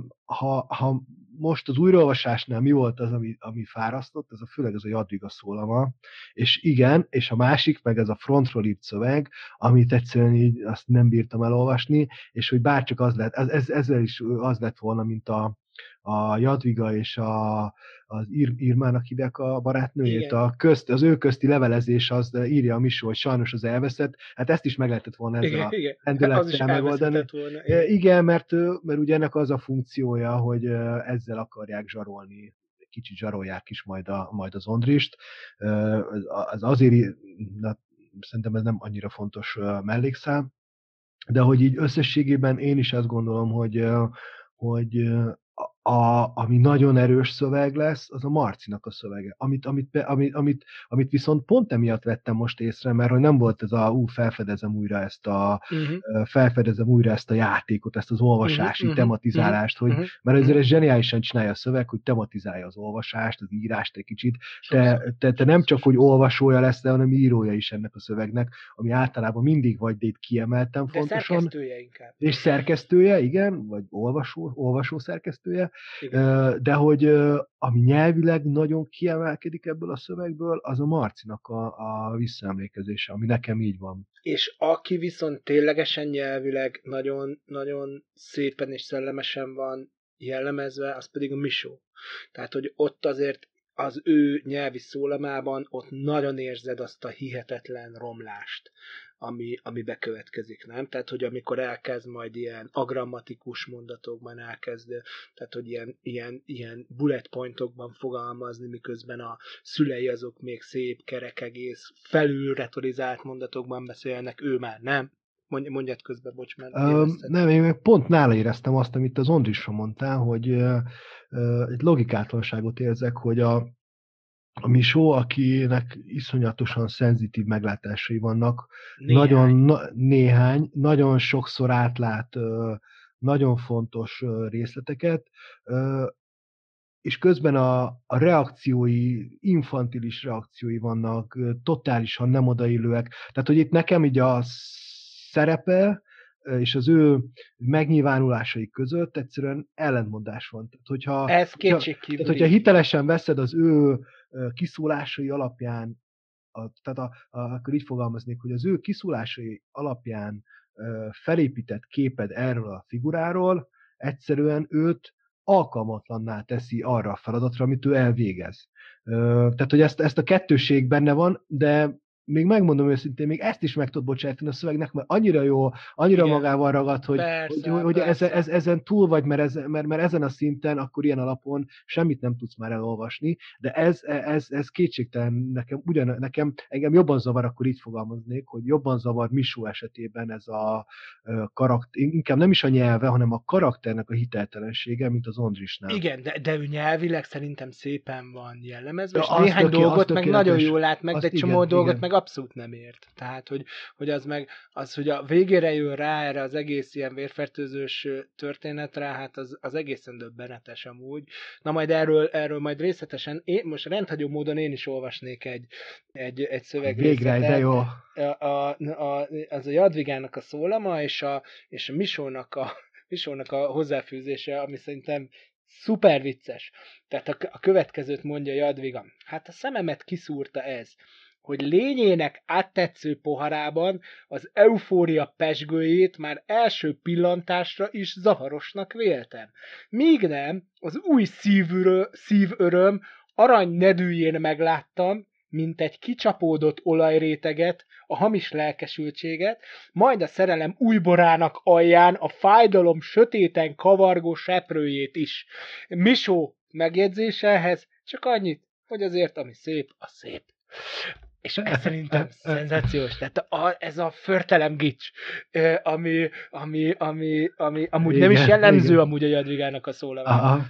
ha most az újraolvasásnál mi volt az, ami fárasztott, az főleg az a Jadviga szólama, és igen, és a másik, meg ez a frontról írt szöveg, amit egyszerűen így azt nem bírtam elolvasni, és hogy bárcsak az lett, ezzel is az lett volna, mint a Jadviga és az Irmának hívják a barátnőjét, az ő közti levelezés, az írja a Misó, hogy sajnos az elveszett, hát ezt is meg lehetett volna ezzel a rendülettel megoldani. Igen, mert ugye ennek az a funkciója, hogy ezzel akarják zsarolni, kicsit zsarolják is majd az Ondrist. Az azért, szerintem ez nem annyira fontos mellékszám, de hogy így összességében én is azt gondolom, hogy ami nagyon erős szöveg lesz, az a Marcinak a szövege. Amit viszont pont emiatt vettem most észre, mert hogy nem volt ez felfedezem újra ezt a játékot, ezt az olvasási tematizálást, mert ezért ez zseniálisan csinálja a szöveg, hogy tematizálja az olvasást, az írást egy kicsit. Te nem csak, hogy olvasója lesz, hanem írója is ennek a szövegnek, ami általában mindig vagy, de itt kiemeltem fontosan. Szerkesztője inkább. És szerkesztője, igen, vagy olvasó szerkesztője. Igen. De hogy ami nyelvileg nagyon kiemelkedik ebből a szövegből, az a Marcinak a visszaemlékezése, ami nekem így van. És aki viszont ténylegesen nyelvileg nagyon, nagyon szépen és szellemesen van jellemezve, az pedig a Misó. Tehát, hogy ott azért az ő nyelvi szólamában ott nagyon érzed azt a hihetetlen romlást, ami bekövetkezik, nem? Tehát, hogy amikor elkezd majd ilyen agrammatikus mondatokban tehát, hogy ilyen bullet pointokban fogalmazni, miközben a szülei azok még szép, kerek, egész, felül retorizált mondatokban beszélnek, ő már nem. Mondjad közben, bocs, mert nem, én meg pont nála éreztem azt, amit az Ondrisra mondtál, hogy egy logikátlanságot érzek, hogy a Misó, akinek iszonyatosan szenzitív meglátásai vannak, nagyon sokszor átlát nagyon fontos részleteket, és közben a reakciói, infantilis reakciói vannak, totálisan nem odaillőek. Tehát, hogy itt nekem így a szerepe és az ő megnyilvánulásai között egyszerűen ellentmondás van. Tehát, hogyha hitelesen veszed az ő kiszólásai alapján, akkor így fogalmaznék, hogy az ő kiszólásai alapján felépített képed erről a figuráról egyszerűen őt alkalmatlanná teszi arra a feladatra, amit ő elvégez. Tehát, hogy ezt a kettőség benne van, de még megmondom őszintén, még ezt is meg tudod bocsájtani a szövegnek, mert annyira jó, annyira Igen. magával ragad, hogy, Persze, hogy persze. ezen túl vagy, mert ezen a szinten, akkor ilyen alapon semmit nem tudsz már elolvasni, de ez kétségtelen nekem engem jobban zavar, akkor így fogalmaznék, hogy jobban zavar Misó esetében ez a karakter, inkább nem is a nyelve, hanem a karakternek a hiteltelensége, mint az Ondrisnál. Igen, de ő nyelvileg szerintem szépen van jellemezve, Ja, és az néhány tökéletes, dolgot az meg tökéletes. nagyon jól lát meg, Azt de egy igen, csomó dolgot igen. meg abszolút nem ért. Tehát, hogy az meg, az, hogy a végére jön rá erre az egész ilyen vérfertőzős történetre, hát az egészen döbbenetes amúgy. Na majd erről majd részletesen, most rendhagyó módon én is olvasnék egy szövegrészletet. Végre, de jó. Az a Jadvigának a szólama, és a Misónak a hozzáfűzése, ami szerintem szuper vicces. Tehát a következőt mondja Jadviga. Hát a szememet kiszúrta ez, hogy lényének áttetsző poharában az eufória pezsgőjét már első pillantásra is zavarosnak véltem. Míg nem, az új szívöröm arany nedűjén megláttam, mint egy kicsapódott olajréteget, a hamis lelkesültséget, majd a szerelem újborának alján a fájdalom sötéten kavargó seprőjét is. Misó megjegyzésehez csak annyit, hogy azért, ami szép, az szép. És ez szerintem szenzációs. Tehát ez a förtelem gics, ami amúgy Igen, nem is jellemző igen. amúgy a Jadvigának a szólamában.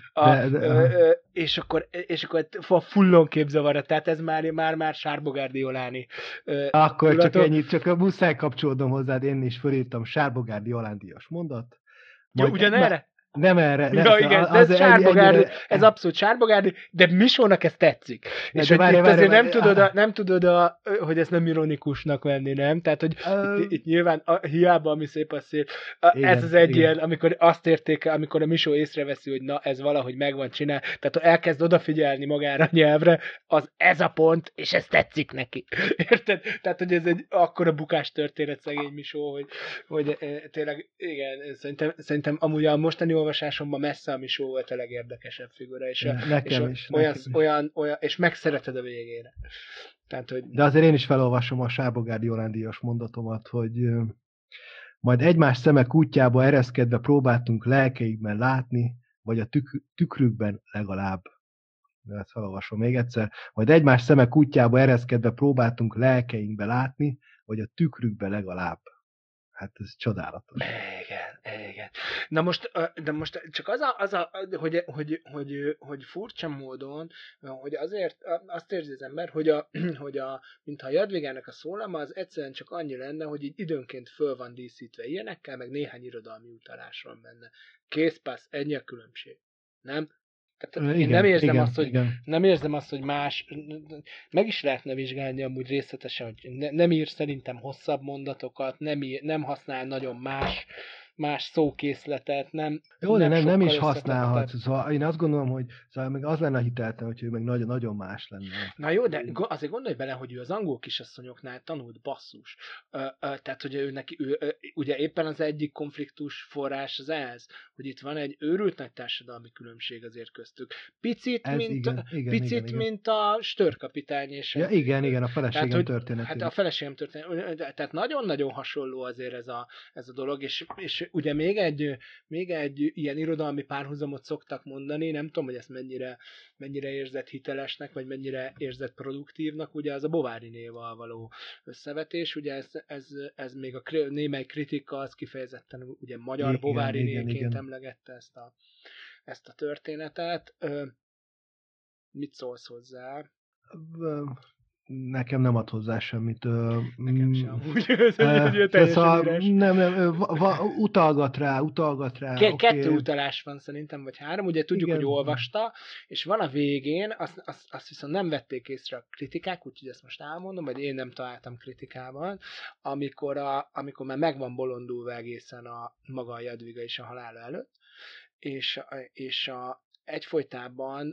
És akkor fullon képzavara, tehát ez már Sárbogárdi Joláni. Akkor csak tudatok. ennyit, csak a muszáj kapcsolódom hozzád, én is fölírtam Sárbogárdi Jolándias mondat. Ja, ugyanerre? Nem erre. Ja, igen, de ez Sárbogárdi, ez abszolút Sárbogárdi, de Misónak ez tetszik. Ja, és de hogy itt várj, azért nem tudod, hogy ezt nem ironikusnak venni, nem? Tehát, hogy itt nyilván hiába, ami szép, az szép. Igen, Ez az egy igen. ilyen, amikor azt értékel, amikor a Misó észreveszi, hogy na, ez valahogy megvan csinál, tehát elkezd odafigyelni magára a nyelvre, ez a pont, és ez tetszik neki. Érted? Tehát, hogy ez egy akkora bukás történet szegény Misó, hogy tényleg, igen, szerintem amúgy a mostani olvasásomban messze a Misó volt a legérdekesebb figura, és olyan, és megszereted a végére. Tehát, hogy... De azért én is felolvasom a Sárbogárdi Jolándias mondatomat, hogy majd egymás szemek útjába ereszkedve próbáltunk lelkeikben látni, vagy a tükrükben legalább. Ezt felolvasom még egyszer. Majd egymás szemek útjába ereszkedve próbáltunk lelkeinkbe látni, vagy a tükrükbe legalább. Hát ez csodálatos. Igen. Na most, de most csak hogy furcsa módon, hogy azért azt érzi az ember, hogy mintha a Jadvigának a szólama az egyszerűen csak annyi lenne, hogy így időnként föl van díszítve ilyenekkel, meg néhány irodalmi utalás van benne. Készpász, ennyi a különbség. Nem? Tehát én nem érzem azt, hogy más, meg is lehetne vizsgálni amúgy részletesen, hogy nem ír szerintem hosszabb mondatokat, nem használ nagyon más szókészletet, Jó, de nem is használhat. Szóval én azt gondolom, hogy szóval még az lenne a hitelten, hogy ő meg nagyon más lenne. Na jó, de azért gondolj bele, hogy ő az angol kisasszonyoknál tanult basszus. Tehát, hogy ő ugye éppen az egyik konfliktus forrás az ez, hogy itt van egy őrült nagy társadalmi különbség azért köztük. Picit, mint a Störkapitány és... Ja, igen, a feleségem történet. Hát a feleségem történet. Tehát nagyon-nagyon hasonló azért ez a dolog, és ugye még egy ilyen irodalmi párhuzamot szoktak mondani, nem tudom, hogy ezt mennyire érzett hitelesnek, vagy mennyire érzett produktívnak, ugye az a Bovárinéval való összevetés, ugye ez még a némely kritika az kifejezetten ugye magyar Bovárinéként emlegette ezt a történetet. Mit szólsz hozzá? Nekem nem ad hozzá semmit. Nekem sem. Utalgat rá. Kettő utalás van szerintem, vagy 3. Ugye tudjuk, hogy olvasta, és van a végén, azt viszont nem vették észre a kritikák, úgyhogy ezt most elmondom, vagy én nem találtam kritikában, amikor már meg van bolondulva egészen maga a Jadviga is a halála előtt, és egyfolytában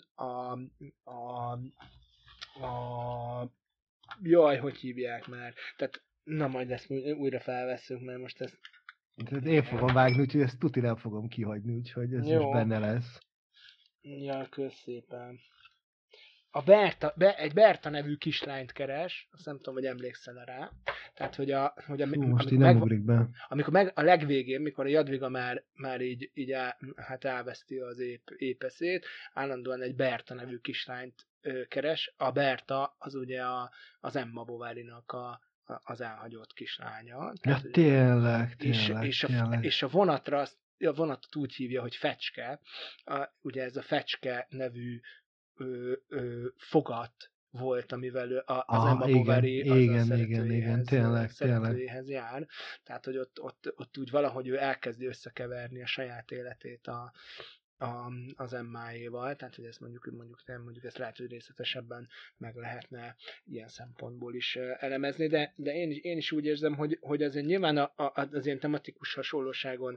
jaj, hogy hívják már. Tehát, na majd ezt újra felveszünk, mert most ezt... Én fogom vágni, úgyhogy ezt tuti nem fogom kihagyni, úgyhogy ez is benne lesz. Ja, kösz szépen. egy Berta nevű kislányt keres, azt nem tudom, hogy emlékszel rá. Tehát, Most így nem ugrik be. amikor a legvégén, mikor a Jadwiga már így elveszti az épeszét, állandóan egy Berta nevű kislányt keres. A Berta az ugye az Emma Bovary-nak az elhagyott kislánya. Ja, tényleg. És a vonatot úgy hívja, hogy Fecske. Ugye ez a Fecske nevű fogat volt, amivel az Emma Bovary a szeretőjéhez jár. Tehát, hogy ott úgy valahogy ő elkezdi összekeverni a saját életét az Emmáéval, tehát hogy ezt mondjuk ezt lehet, hogy részletesebben meg lehetne ilyen szempontból is elemezni, de én is úgy érzem, hogy azért nyilván az ilyen tematikus hasonlóságon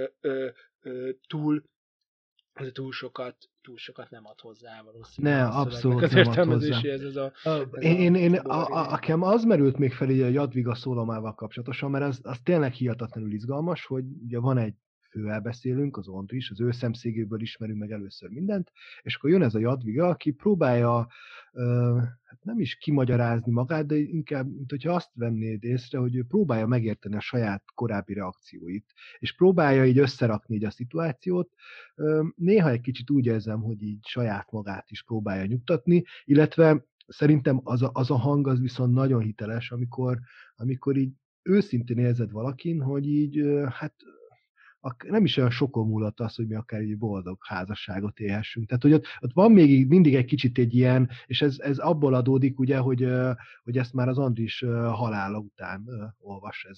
túl sokat nem ad hozzá valószínűleg. Ne, abszolút nem ad hozzá. Nekem az merült még fel így a Jadwiga Szolomával kapcsolatosan, mert az tényleg hihetetlenül izgalmas, hogy ugye van egy főelbeszélünk, az Andris, az ő szemszögéből ismerünk meg először mindent, és akkor jön ez a Jadwiga, aki próbálja hát nem is kimagyarázni magát, de inkább, mint hogyha azt vennéd észre, hogy ő próbálja megérteni a saját korábbi reakcióit, és próbálja így összerakni így a szituációt. Néha egy kicsit úgy érzem, hogy így saját magát is próbálja nyugtatni, illetve szerintem az a hang az viszont nagyon hiteles, amikor így őszintén érzed valakin, hogy így hát nem is olyan sokon múlott az, hogy mi akár egy boldog házasságot élhessünk. Tehát, hogy ott van még mindig egy kicsit egy ilyen, és ez abból adódik, ugye, hogy ezt már az Andris halála után olvassa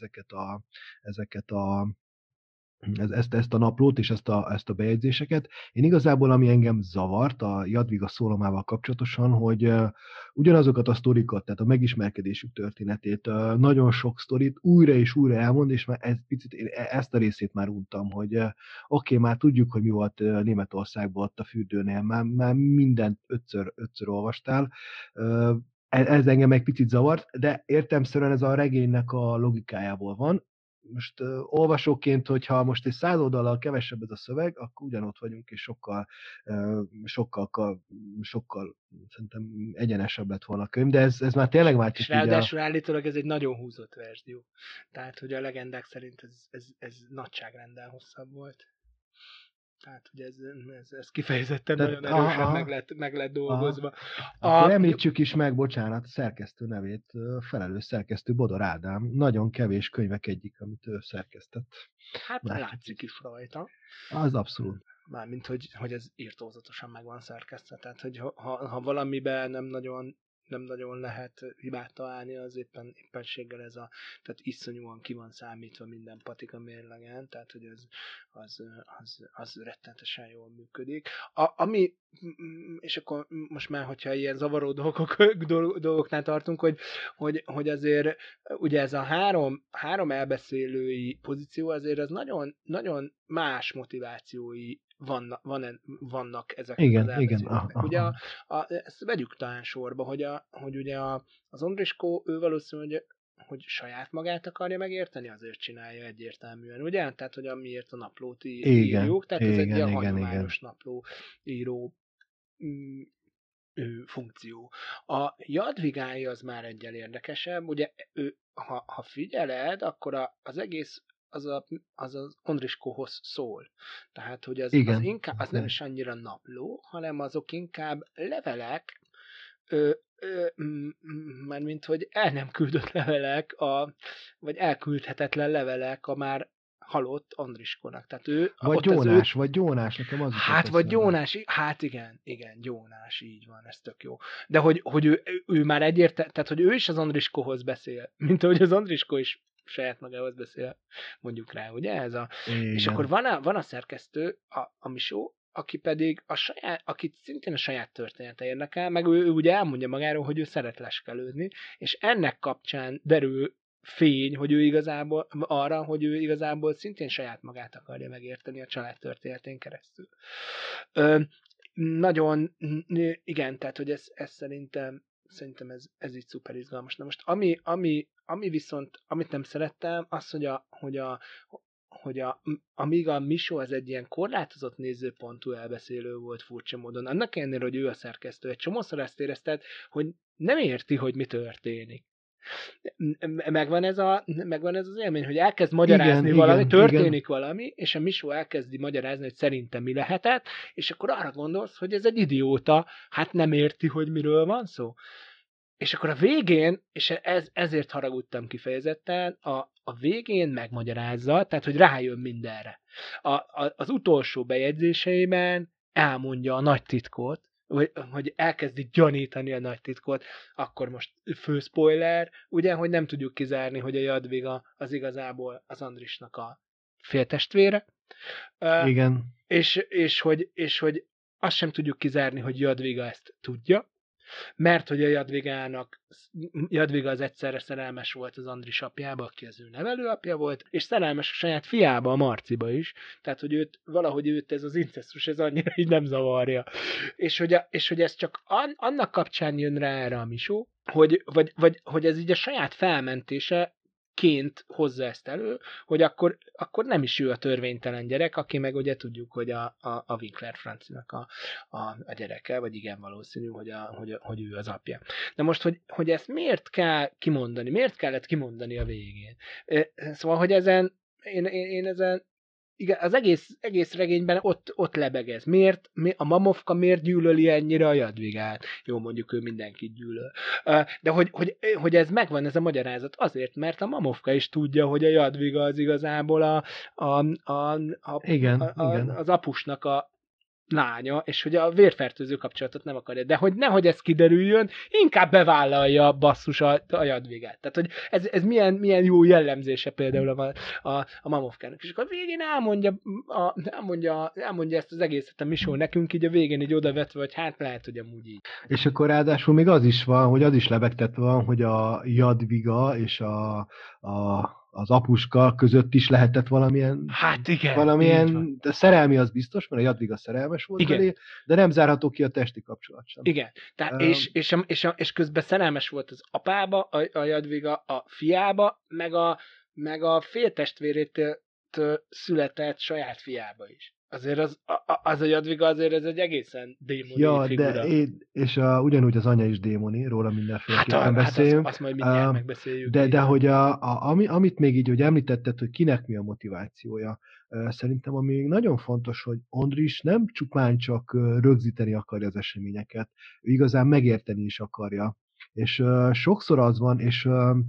ezt a naplót és ezt a bejegyzéseket. Én igazából, ami engem zavart a Jadwiga Szolomával kapcsolatosan, hogy ugyanazokat a sztorikat, tehát a megismerkedésük történetét, nagyon sok sztorit újra és újra elmond, és már ezt a részét már untam, hogy oké, már tudjuk, hogy mi volt Németországban ott a fürdőnél, már mindent ötször olvastál. Ez engem egy picit zavart, de értelemszerűen ez a regénynek a logikájából van. Most olvasóként, hogyha most egy 100 oldallal kevesebb ez a szöveg, akkor ugyanott vagyunk, és sokkal szerintem egyenesebb lett volna a könyv, de ez már tényleg változik. És ráadásul állítólag ez egy nagyon húzott verzió. Tehát, hogy a legendák szerint ez nagyságrendel hosszabb volt. Tehát, hogy ez kifejezetten nagyon erősen meg lett dolgozva. Akkor említsük is meg, bocsánat, a szerkesztő nevét, felelős szerkesztő Bodor Ádám. Nagyon kevés könyvek egyik, amit ő szerkesztett. Hát látszik is rajta. Az abszolút. Mármint, hogy ez írtózatosan meg van szerkesztve. Tehát, hogy ha valamiben nem nagyon lehet hibát találni, az éppenséggel tehát iszonyúan ki van számítva minden patika mérlegen, tehát hogy az rettenetesen jól működik. És akkor most már, hogyha ilyen zavaró dolgoknál tartunk, hogy azért ugye ez a három elbeszélői pozíció azért az nagyon, nagyon más motivációi vannak ezek az elbeszélőknek. Ugye ezt vegyük talán sorba, hogy ugye az Ondriskó, ő valószínűleg, hogy saját magát akarja megérteni, azért csinálja egyértelműen, ugye? Tehát, hogy amiért a naplót írjuk, tehát ez egy ilyen hagyományos naplóíró funkció. A Jadwigája az már egyel érdekesebb, ugye ha figyeled, akkor az egész az Ondriskóhoz szól. Tehát, hogy az nem is annyira napló, hanem azok inkább levelek, mármint, hogy el nem küldött levelek, vagy elküldhetetlen levelek a már halott Andriskónak. Tehát vagy Gyónás, nekem az vagy Gyónás, igen, Gyónás, így van, ez tök jó. De hogy ő már egyértelmű, tehát hogy ő is az Andriskóhoz beszél, mint ahogy az Andriskó is saját magához beszél, mondjuk rá, ugye? És akkor van a szerkesztő, a Misó, aki pedig akit szintén a saját története érdekel, meg ő ugye elmondja magáról, hogy ő szeret leskelőzni, és ennek kapcsán derül fény, hogy ő igazából szintén saját magát akarja megérteni a család történetén keresztül. Nagyon, igen, tehát, hogy ez szerintem ez így szuper izgalmas. Na most, ami viszont, amit nem szerettem, az, amíg a Misó az egy ilyen korlátozott nézőpontú elbeszélő volt furcsa módon, annak ellenére, hogy ő a szerkesztő, egy csomószor ezt érezted, hogy nem érti, hogy mi történik. Megvan ez az élmény, hogy elkezd magyarázni valami, történik valami, és a Misó elkezdi magyarázni, hogy szerintem mi lehetett, és akkor arra gondolsz, hogy ez egy idióta, hát nem érti, hogy miről van szó. És akkor a végén, és ezért haragudtam kifejezetten, a végén megmagyarázza, tehát hogy rájön mindenre. Az utolsó bejegyzéseiben elmondja a nagy titkot, hogy elkezdi gyanítani a nagy titkot, akkor most főspoiler, ugye, hogy nem tudjuk kizárni, hogy a Jadwiga az igazából az Andrisnak a féltestvére. Igen. És hogy azt sem tudjuk kizárni, hogy Jadwiga ezt tudja, mert hogy a Jadwiga az egyszerre szerelmes volt az Andris apjába, aki az ő nevelőapja volt, és szerelmes a saját fiába, a Marciba is, tehát hogy valahogy őt ez az incesztus, ez annyira így nem zavarja. És hogy ez csak annak kapcsán jön rá erre a Misó, hogy ez így a saját felmentése ként hozza ezt elő, hogy akkor nem is ő a törvénytelen gyerek, aki meg ugye tudjuk, hogy a Winkler Francinak a gyereke, vagy igen valószínű, hogy ő az apja. De most, hogy ezt miért kell kimondani, miért kellett kimondani a végén? Szóval, hogy én ezen igen, az egész regényben ott lebegez. Miért a Mamovka miért gyűlöli ennyire a Jadwigát? Jó, mondjuk ő mindenkit gyűlöl. De hogy ez megvan, ez a magyarázat azért, mert a Mamovka is tudja, hogy a Jadwiga az igazából igen. az apusnak a lánya, és hogy a vérfertőző kapcsolatot nem akarja. De hogy nehogy ez kiderüljön, inkább bevállalja basszus a Jadwigát. Tehát, hogy ez milyen jó jellemzése például a Mamovkának. És akkor a végén elmondja ezt az egészet a Misó nekünk, így a végén így odavetve, hogy hát lehet, hogy amúgy így. És akkor ráadásul még az is van, hogy az is lebegtetve van, hogy a Jadwiga és az apuska között is lehetett valamilyen... Hát igen. De szerelmi az biztos, mert a Jadwiga szerelmes volt belé, de nem zárható ki a testi kapcsolat sem. Igen. És közben szerelmes volt az apába, a Jadwiga a fiába, meg a féltestvérétől született saját fiába is. Azért az a Jadwiga azért ez egy egészen démoni figura. És ugyanúgy az anya is démoni, róla mindenféleképpen beszélünk. Azt majd mindjárt megbeszéljük. De hogy amit még így, hogy említetted, hogy kinek mi a motivációja, szerintem ami még nagyon fontos, hogy Andris nem csupán csak rögzíteni akarja az eseményeket, ő igazán megérteni is akarja. És sokszor az van, és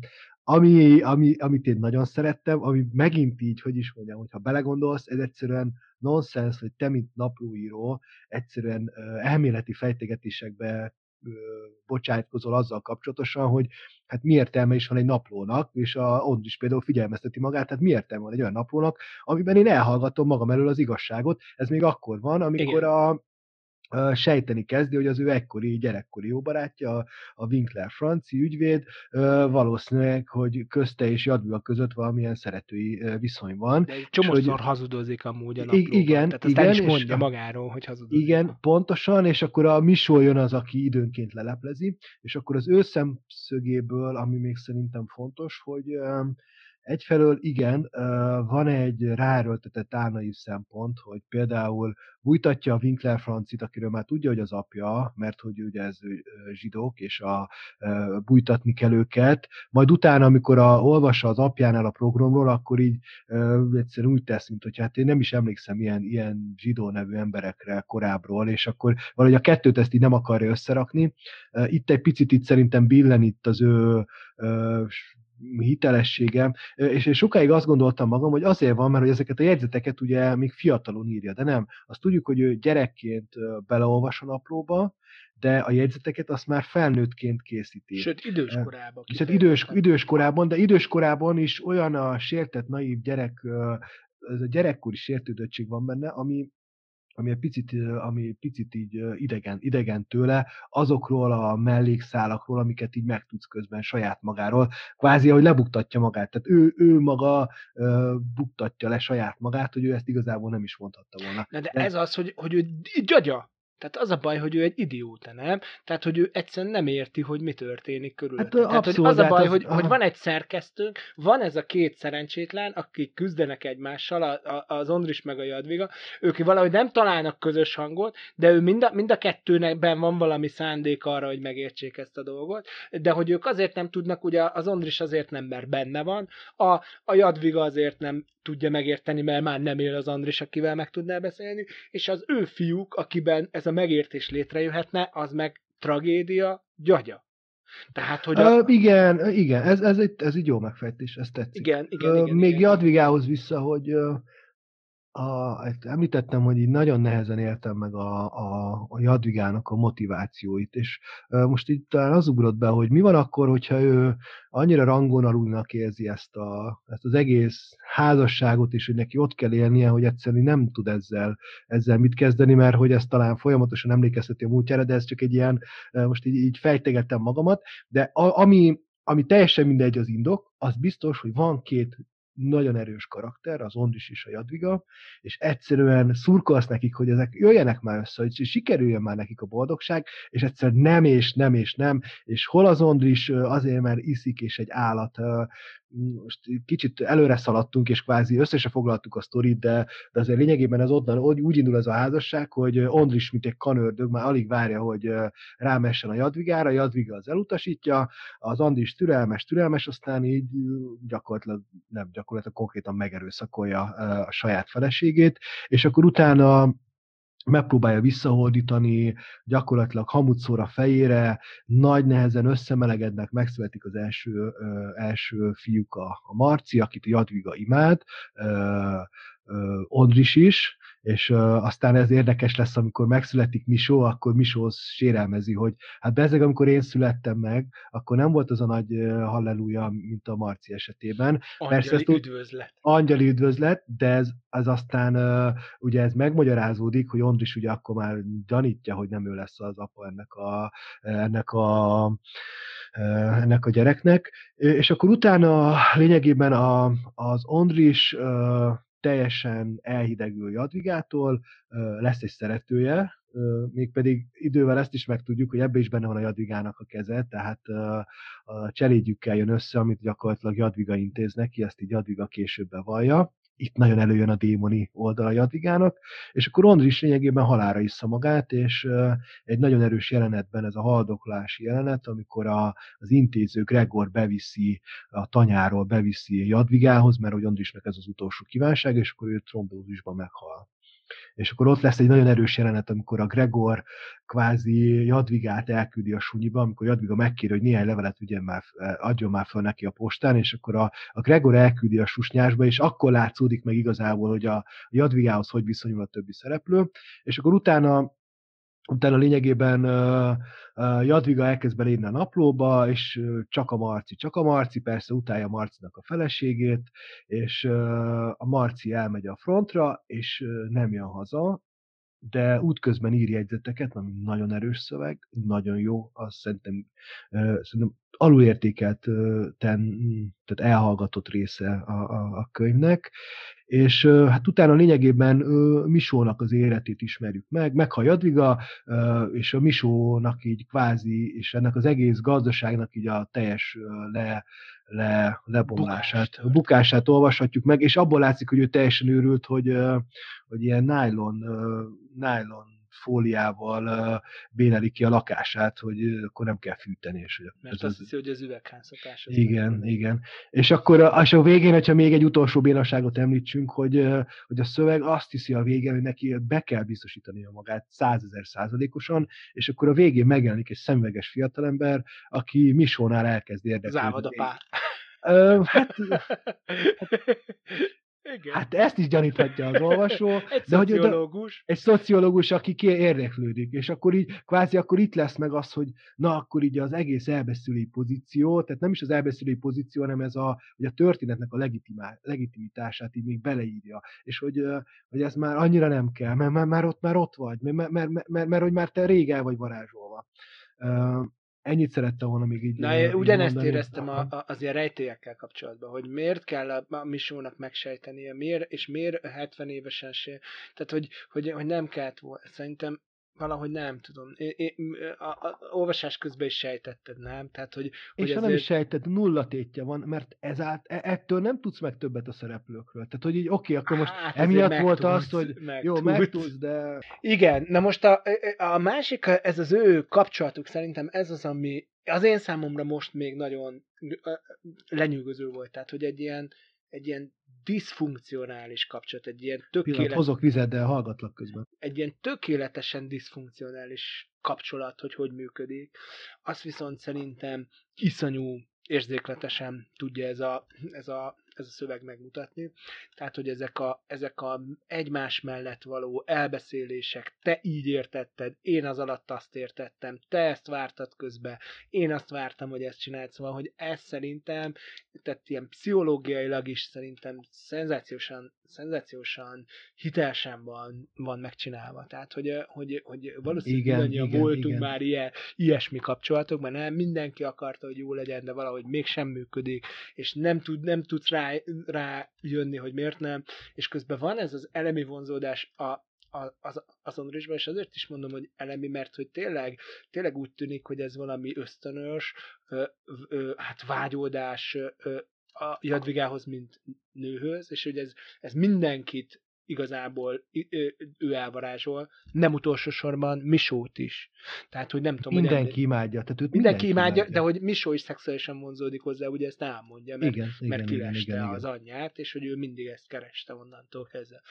amit én nagyon szerettem, ami megint így, hogy is mondjam, hogyha belegondolsz, ez egyszerűen nonsens, hogy te, mint naplóíró, egyszerűen elméleti fejtegetésekbe bocsájtkozol azzal kapcsolatosan, hogy hát mi értelme is van egy naplónak, és a Andris például figyelmezteti magát, tehát mi értelme van egy olyan naplónak, amiben én elhallgatom magam elől az igazságot. Ez még akkor van, amikor sejteni kezdi, hogy az ő ekkori, gyerekkori jó barátja, a Winkler Franci ügyvéd, valószínűleg, hogy közte és Jadwiga között valamilyen szeretői viszony van. De egy csomószor hazudozik amúgy a naplóban. Igen, tehát azt el is mondja magáról, hogy hazudozik. Igen, pontosan, és akkor a Misó jön az, aki időnként leleplezi, és akkor az ő szemszögéből, ami még szerintem fontos, hogy egyfelől igen, van egy ráerőltetett álnaív szempont, hogy például bújtatja a Winkler Francit, akiről már tudja, hogy az apja, mert hogy ugye ez zsidók, és bújtatni kell őket. Majd utána, amikor olvassa az apjánál a programról, akkor így egyszerűen úgy tesz, mint hogy hát én nem is emlékszem ilyen zsidó nevű emberekre korábbról, és akkor valahogy a kettőt ezt így nem akarja összerakni. Itt egy picit itt szerintem billen itt az ő hitelességem, és én sokáig azt gondoltam magam, hogy azért van, mert hogy ezeket a jegyzeteket ugye még fiatalon írja, de nem. Azt tudjuk, hogy ő gyerekként beleolvas a naplóba, de a jegyzeteket azt már felnőttként készíti. Sőt, időskorában. Időskorában, de időskorában is olyan a sértett, naív gyerek, ez a gyerekkori sértődöttség van benne, ami picit így idegen tőle, azokról a mellékszálakról, amiket így megtudsz közben saját magáról, kvázi, ahogy lebuktatja magát. Tehát ő maga buktatja le saját magát, hogy ő ezt igazából nem is mondhatta volna. De ez az, hogy ő gyagya. Tehát az a baj, hogy ő egy idióta, nem? Tehát, hogy ő egyszerűen nem érti, hogy mi történik körülötte. Hát, Tehát, hogy abszolút, az a hát baj, az- hogy van egy szerkesztőnk, van ez a két szerencsétlen, akik küzdenek egymással, az Ondris meg a Jadviga, ők valahogy nem találnak közös hangot, de ő mind a kettőnekben van valami szándék arra, hogy megértsék ezt a dolgot, de hogy ők azért nem tudnak, ugye az Ondris azért nem, mert benne van, a Jadviga azért nem tudja megérteni, mert már nem él az Andris, akivel meg tudná beszélni, és az ő fiúk, akiben ez a megértés létrejöhetne, az meg tragédia gyagya. Tehát, hogy Igen, ez így jó megfejtés, ez tetszik. igen. Még Jadvigához vissza, hogy ezt említettem, hogy így nagyon nehezen éltem meg a Jadvigának a motivációit, és most itt talán az ugrott be, hogy mi van akkor, hogyha ő annyira rangon alulnak érzi ezt az egész házasságot, és hogy neki ott kell élnie, hogy egyszerűen nem tud ezzel mit kezdeni, mert hogy ezt talán folyamatosan emlékezteti a múltjára, de ez csak egy ilyen, most így fejtegettem magamat, de ami teljesen mindegy az indok, az biztos, hogy van két nagyon erős karakter, az Ondris és a Jadviga, és egyszerűen szurkolsz nekik, hogy ezek jöjjenek már össze, hogy sikerüljön már nekik a boldogság, és egyszerűen nem, és hol az Ondris azért, mert iszik, és egy állat. Most kicsit előre szaladtunk, és kvázi össze se foglaltuk a sztorit, de azért lényegében ez onnan úgy indul ez a házasság, hogy Ondris, mint egy kanördög, már alig várja, hogy rámessen a Jadvigára, Jadviga az elutasítja, az Ondris türelmes, aztán így gyakorlatilag konkrétan megerőszakolja a saját feleségét, és akkor utána megpróbálja visszahódítani, gyakorlatilag hamut szór a fejére, nagy nehezen összemelegednek, megszületik az első fiúk, a Marci, akit a Jadviga imád, Ondris is, és aztán ez érdekes lesz, amikor megszületik Misó, akkor Misó sérelmezi, hogy hát bezzeg, amikor én születtem meg, akkor nem volt az a nagy halleluja, mint a Marci esetében. Angyali üdvözlet, de ez aztán ugye ez megmagyarázódik, hogy Ondris ugye akkor már gyanítja, hogy nem ő lesz az apa ennek a gyereknek, és akkor utána lényegében az Ondris teljesen elhidegül Jadvigától, lesz egy szeretője, mégpedig idővel ezt is megtudjuk, hogy ebben is benne van a Jadvigának a keze, tehát a cselédjükkel jön össze, amit gyakorlatilag Jadviga intéz neki, ezt így Jadviga később bevallja. Itt nagyon előjön a démoni oldala Jadvigának, és akkor Ondris lényegében halálra issza magát, és egy nagyon erős jelenetben ez a haldoklási jelenet, amikor az intéző Gregor beviszi a tanyáról, beviszi Jadvigához, mert hogy Ondrisnak ez az utolsó kívánság, és akkor ő trombózisban meghal. És akkor ott lesz egy nagyon erős jelenet, amikor a Gregor kvázi Jadvigát elküldi a sunyiba, amikor Jadviga megkéri, hogy néhány levelet adjon már fel neki a postán, és akkor a Gregor elküldi a susnyásba, és akkor látszódik meg igazából, hogy a Jadvigához hogy viszonyul a többi szereplő, és akkor utána lényegében Jadviga elkezd belépni a naplóba, és csak a Marci, persze utálja Marcinak a feleségét, és a Marci elmegy a frontra, és nem jön haza, de útközben ír jegyzeteket, ami nagyon erős szöveg, nagyon jó, azt szerintem alulértékelt, tehát elhallgatott része a könyvnek, és hát utána lényegében Misónak az életét ismerjük meg, meghal Jadviga, és a Misónak így kvázi, és ennek az egész gazdaságnak így a teljes lebomlását, bukását olvashatjuk meg, és abból látszik, hogy ő teljesen őrült, hogy ilyen nylon fóliával bénelik ki a lakását, hogy akkor nem kell fűteni. És mert azt hiszi, hogy az üvegházhatás. Igen. És akkor a végén, hogyha még egy utolsó bénaságot említsünk, hogy a szöveg azt hiszi a végén, hogy neki be kell biztosítania magát 100 000%-osan, és akkor a végén megjelenik egy szemüveges fiatalember, aki Misónál elkezd érdeklődni. Závada Pál. Hát ezt is gyaníthatja az olvasó. Egy szociológus, aki érdeklődik, és akkor így kvázi akkor itt lesz meg az, hogy na akkor így az egész elbeszélői pozíció, tehát nem is az elbeszélői pozíció, hanem ez hogy a történetnek a legitimitását így még beleírja, és hogy ez már annyira nem kell, mert már ott vagy, mert hogy már te rég el vagy varázsolva. Ennyit szerettem volna még így én ugyanezt mondani. Éreztem az ilyen rejtélyekkel kapcsolatban, hogy miért kell a Misónak megsejtenie, miért 70 évesen se, tehát hogy nem kellett volna. Szerintem valahogy nem tudom. A olvasás közben is sejtetted, nem? Tehát, hogy És ha nem ezért... is sejted, nulla tétje van, mert ettől nem tudsz meg többet a szereplőkről. Tehát, hogy így oké, akkor most Hát, emiatt azért volt megtudsz, az, hogy jó, megtudsz. megtudsz, de... Igen, na most a másik, ez az ő kapcsolatuk szerintem ez az, ami az én számomra most még nagyon lenyűgöző volt. Tehát, hogy egy ilyen diszfunkcionális kapcsolat, egy ilyen Pillanat, hozok vizet, de hallgatlak közben. egy ilyen tökéletesen diszfunkcionális kapcsolat, hogy működik. Azt viszont szerintem iszonyú érzékletesen tudja ez a szöveg megmutatni. Tehát, hogy ezek a egymás mellett való elbeszélések, te így értetted, én az alatt azt értettem, te ezt vártad közben, én azt vártam, hogy ezt csináld, szóval, hogy ez szerintem, tehát ilyen pszichológiailag is szerintem szenzációsan hitelesen van megcsinálva. Tehát, hogy valószínűleg mindannyian voltunk már ilyesmi kapcsolatokban, nem mindenki akarta, hogy jó legyen, de valahogy mégsem működik, és nem tudsz rá jönni, hogy miért nem, és közben van ez az elemi vonzódás az Andrisban, és azért is mondom, hogy elemi, mert hogy tényleg úgy tűnik, hogy ez valami ösztönös, hát vágyódás a Jadvigához, mint nőhöz, és hogy ez mindenkit igazából ő elvarázsol, nem utolsó sorban Misót is. Tehát, hogy nem tudom, mindenki imádja. Tehát őt mindenki imádja, de hogy Misó is szexuálisan vonzódik hozzá, ugye ezt elmondja, mert kileste az anyját, és hogy ő mindig ezt kereste onnantól kezdve.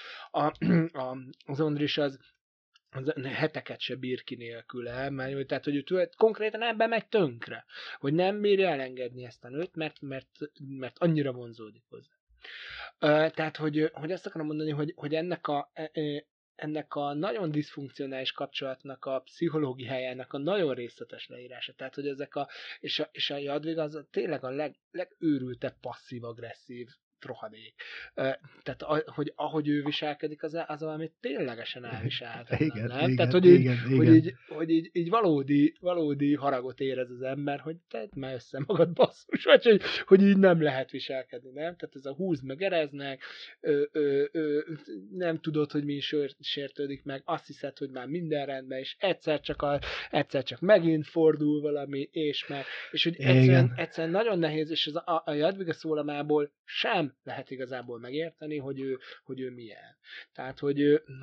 Az Andris az heteket se bír ki nélküle, tehát, hogy ő konkrétan ebben megy tönkre, hogy nem bírja elengedni ezt a nőt, mert annyira vonzódik hozzá. Tehát, hogy azt akarom mondani, hogy ennek a nagyon diszfunkcionális kapcsolatnak a pszichológiájának a nagyon részletes leírása. Tehát, hogy és a Jadvig az tényleg a legőrültebb passzív-agresszív rohadék. Tehát, hogy ahogy ő viselkedik, az valami ténylegesen elviselhetetlen, nem? Tehát, hogy így valódi haragot érez az ember, hogy tedd már össze magad, basszus, vagy hogy így nem lehet viselkedni, nem? Tehát ez a húzd meg, ereznek, nem tudod, hogy mi sértődik meg, azt hiszed, hogy már minden rendben, és egyszer csak megint fordul valami, és hogy egyszerűen nagyon nehéz, és a Jadviga szólamából sem lehet igazából megérteni, hogy ő milyen. Tehát, hogy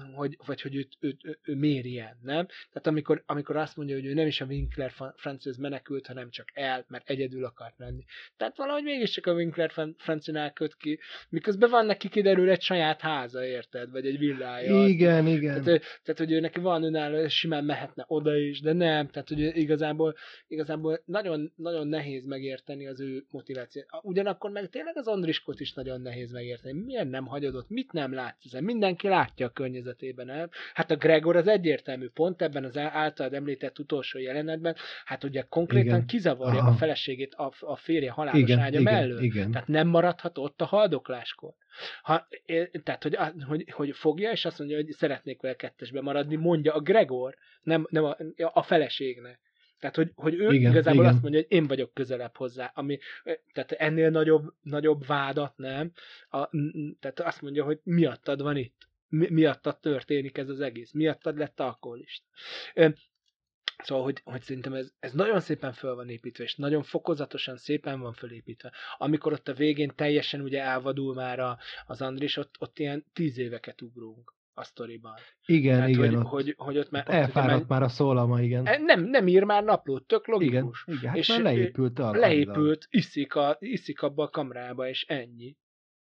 ő miért ilyen, nem? Tehát amikor azt mondja, hogy ő nem is a Winkler franciához menekült, hanem csak mert egyedül akart lenni. Tehát valahogy mégiscsak a Winkler franciánál köt ki, miközben van neki kiderül egy saját háza, érted? Vagy egy villája. Igen. Tehát, hogy ő neki van önálló, simán mehetne oda is, de nem. Tehát, hogy igazából nagyon, nagyon nehéz megérteni az ő motivációt. Ugyanakkor meg tényleg az Andriskot is nagyon nehéz megérteni. Miért nem hagyod ott? Mit nem látsz? Mindenki látja a környezetében, nem? Hát a Gregor az egyértelmű pont ebben az általad említett utolsó jelenetben, hát ugye konkrétan kizavarja a feleségét a férje halálos ágya mellől. Igen. Tehát nem maradhat ott a haldokláskor. Tehát, hogy fogja, és azt mondja, hogy szeretnék vele kettesbe maradni, mondja a Gregor, nem a feleségnek. Tehát, hogy ő igazából azt mondja, hogy én vagyok közelebb hozzá, tehát ennél nagyobb vádat nem. Tehát azt mondja, hogy miattad van itt. Miattad történik ez az egész. Miattad lett alkoholista. Szóval, hogy szerintem ez nagyon szépen föl van építve, és nagyon fokozatosan szépen van fölépítve. Amikor ott a végén teljesen ugye elvadul már az Andris, ott ilyen 10 éveket ugrunk a sztoriban. Igen, tehát, igen. hogy ott már... Elfáradt már a szólama, igen. Nem ír már naplót, tök logikus. Igen, hát és már leépült. Iszik abba a kamrába, és ennyi.